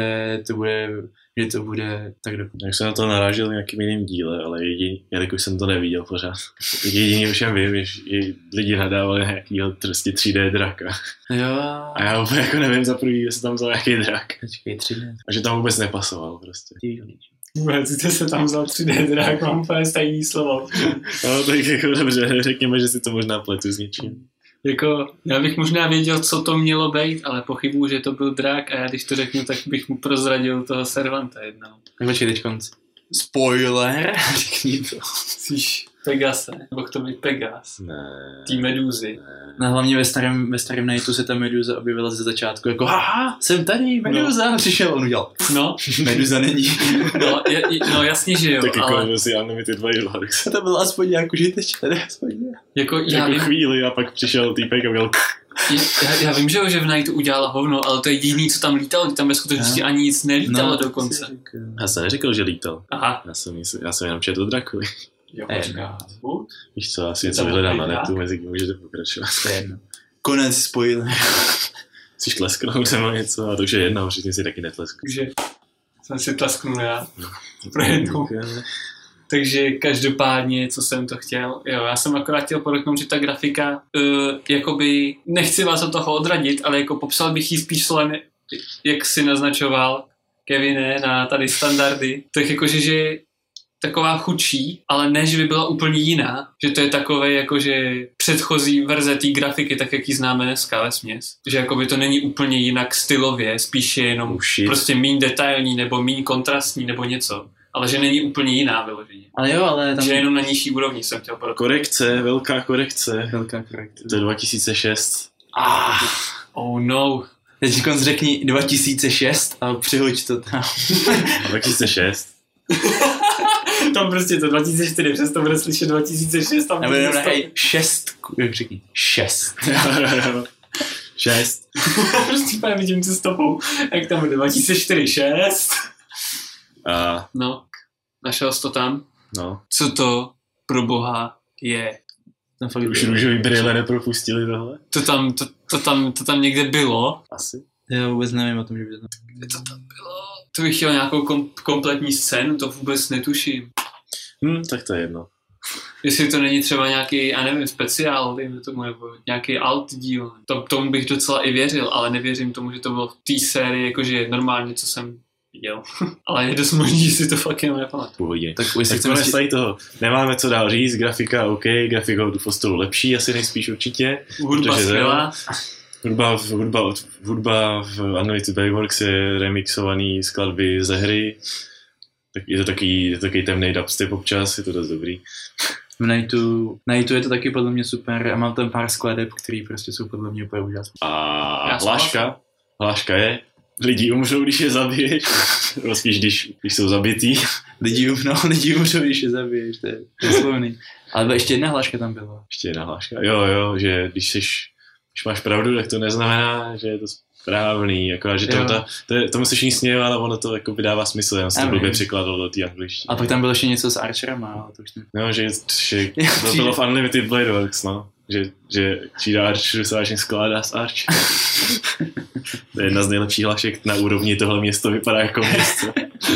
to bude tak dokonce. Jak jsem na to narážel v nějakým jiným díle, ale jelikož jsem to neviděl pořád. Jediný o čem vím, že lidi nadávali nějakýho prostě 3D draka. Jo. A já úplně jako nevím za prvý, jestli tam vzal nějaký drak. Počkej, 3D. A že tam vůbec nepasoval prostě. Vůbec, jste se tam vzal 3D drak, mám úplně stejný slovo. No tak jako dobře, řekněme, že si to možná pletu s něčím. Jako, já bych možná věděl, co to mělo být, ale pochybuju, že to byl drak a já když to řeknu, tak bych mu prozradil toho Servanta jednou. Tak počkej teď konc. Spoiler, řekni to. Jsíš Pegase, nebo to být Pegas. Ne. Tý medúzy. No hlavně ve starém Nightu se ta meduza objevila ze začátku, jako haha, jsem tady, meduza, no. Přišel, on udělal. No. Meduza není. No jasně, že jo, tak ale... jako si Unlimited Wildlands. To bylo aspoň nějak užitečné, aspoň jako chvíli a pak přišel týpek a udělal... Já vím, že v Nightu udělala hovno, ale to je jediný, co tam lítalo, tam ve skutečnosti ani nic nelítalo dokonce. Já jsem neřekl, že lítal. Aha. Já jsem jenom četl Drakovi. Jo, víš co, asi něco vyhledám na netu, mezi tím můžete pokračovat. Konec spoiler. Chceš tlesknout nebo něco, a to už je jedna, všichni si taky netlesknu. Takže jsem si tlesknul já. Pro jednou. Takže každopádně, co jsem to chtěl, jo, já jsem akorát chtěl podotknout, že ta grafika, jakoby, nechci vás od toho odradit, ale jako popsal bych ji spíš slovem, jak si naznačoval, Kevine, na tady standardy, tak jakože, že taková chudší, ale ne, že by byla úplně jiná, že to je takové jakože předchozí verze té grafiky, tak jak ji známe dneska vesměs. Že jakoby to není úplně jinak stylově, spíš je jenom prostě míň detailní nebo míň kontrastní nebo něco. Ale že není úplně jiná vyloženě. Ale jo, ale tam... Že jenom na nižší úrovni jsem chtěl podotknout. Korekce, velká korekce. Velká korekce. To je 2006. Oh no. Teď konc řekni 2006 a přihoď to tam. 2006. Tam prostě to 2004, přesto bude slyšet 2006. Tam nebo jenom hej, 6, řekni, 6. 6. Prostě pane vidím tu stopou, jak tam bude 2004, 6. A... No. Našel jsi to tam? No. Co to pro boha je? Tam fakt Už růžový brýle nepropustili tohle? To tam někde bylo? Asi. Já vůbec nevím o tom, že by to... Kde to tam bylo? To bych chtěl nějakou kompletní scénu, to vůbec netuším. Tak to je jedno. Jestli to není třeba nějaký, já nevím, speciál, dejme tomu, nebo nějaký alt díl. Tomu bych docela i věřil, ale nevěřím tomu, že to bylo v té sérii, jakože normálně, co jsem viděl. Ale je dost možný, že si to fakt jenom nepamatuju. Pohodě. Tak Tak chceme tady toho. Nemáme co dál říct, grafika OK, grafika od Fostelu lepší, asi nejspíš určitě. Hudba skvělá. Hudba v Unlimited Bayworks je remixovaný skladby ze hry. Tak je to takový temnej dubstep občas, je to dost dobrý. Na YouTube je to taky podle mě super a mám tam pár skladeb, které prostě jsou podle mě úplně úžasné. A hláška je, lidi umřou, když je zabiješ, nebo spíš, když jsou zabitý. Lidi umřou, když je zabiješ, to je slovný. Ale ještě jedna hláška tam byla. Ještě jedna hláška, jo, že když máš pravdu, tak to neznamená, že je to správný, akorát, že tomu se všichni smějí, ale ono to jako vydává smysl, já jsem to blbě překladal do té angličtiny. A pak tam bylo ještě něco s Archerama, ale to už ne. No, že to bylo v Unlimited Blade Works, no. Že Číra Archeru se vážně skládá z Arch. To je jedna z nejlepších hlášek na úrovni, tohle město vypadá jako město.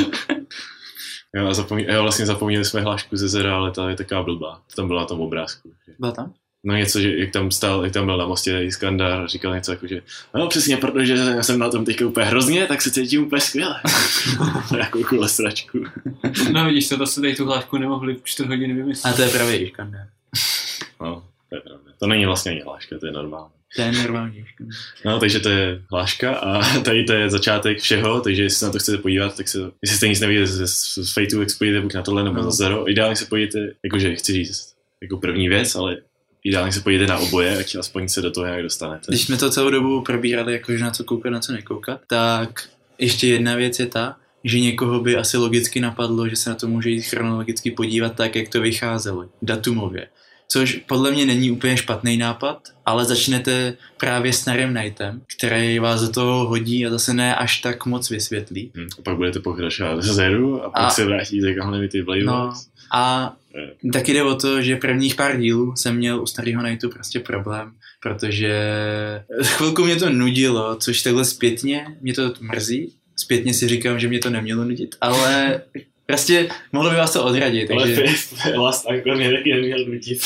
Vlastně zapomněli jsme hlášku ze Zera, ale ta je taková blbá. To tam byla na tom obrázku. Byla tam? No něco, že jak tam byl na mostě Iskandar a říkal něco jako, že no přesně, protože já jsem na tom teďka úplně hrozně, tak se cítím úplně skvěle. Nějakou kulesračku. No vidíš, to se tady tu hlášku nemohli 4 hodiny vymyslet. A to je právě Iskandar. No, to je pravda. To není vlastně ani hláška, to je normální. To je normální Iskandar. No, takže to je hláška a tady to je začátek všeho, takže jestli se na to chcete podívat, tak jestli jste nic nevíte z Fateu, tak se podívejte buď na tohle nebo na Zero. Ideálně se podívejte, jakože chci říct, jako první věc, ale ideálně se podívejte na oboje, ať aspoň se do toho nějak dostanete. Když jsme to celou dobu probírali, jakože na co koukat, na co nekoukat, tak ještě jedna věc je ta, že někoho by asi logicky napadlo, že se na to může jít chronologicky podívat tak, jak to vycházelo, datumově. Což podle mě není úplně špatný nápad, ale začnete právě s Starým Nightem, který vás do toho hodí a zase ne až tak moc vysvětlí. A pak budete pokračovat ze Zeru a pak se vrátíte k Unlimited Blade Works. A taky jde o to, že prvních pár dílů jsem měl u Starého Nightu prostě problém, protože chvilku mě to nudilo, což takhle zpětně mě to mrzí. Zpětně si říkám, že mě to nemělo nudit, ale prostě mohlo by vás to odradit. Takže... Ale Last Anchor mě taky neměl nudit.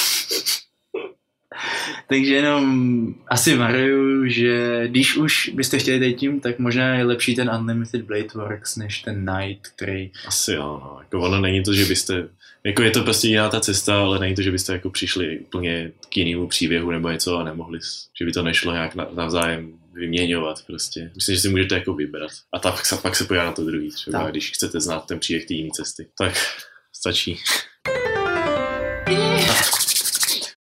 Takže jenom asi varuju, že když už byste chtěli jít tím, tak možná je lepší ten Unlimited Blade Works než ten Night, který... Asi jo, no. Jako ono není to, že byste... Jako je to prostě jiná ta cesta, ale není to, že byste jako přišli úplně k jinému příběhu nebo něco a nemohli, že by to nešlo nějak navzájem vyměňovat prostě. Myslím, že si můžete jako vybrat. A pak se podívat na to druhý třeba, tak. Když chcete znát ten příběh té jiné cesty. Tak stačí.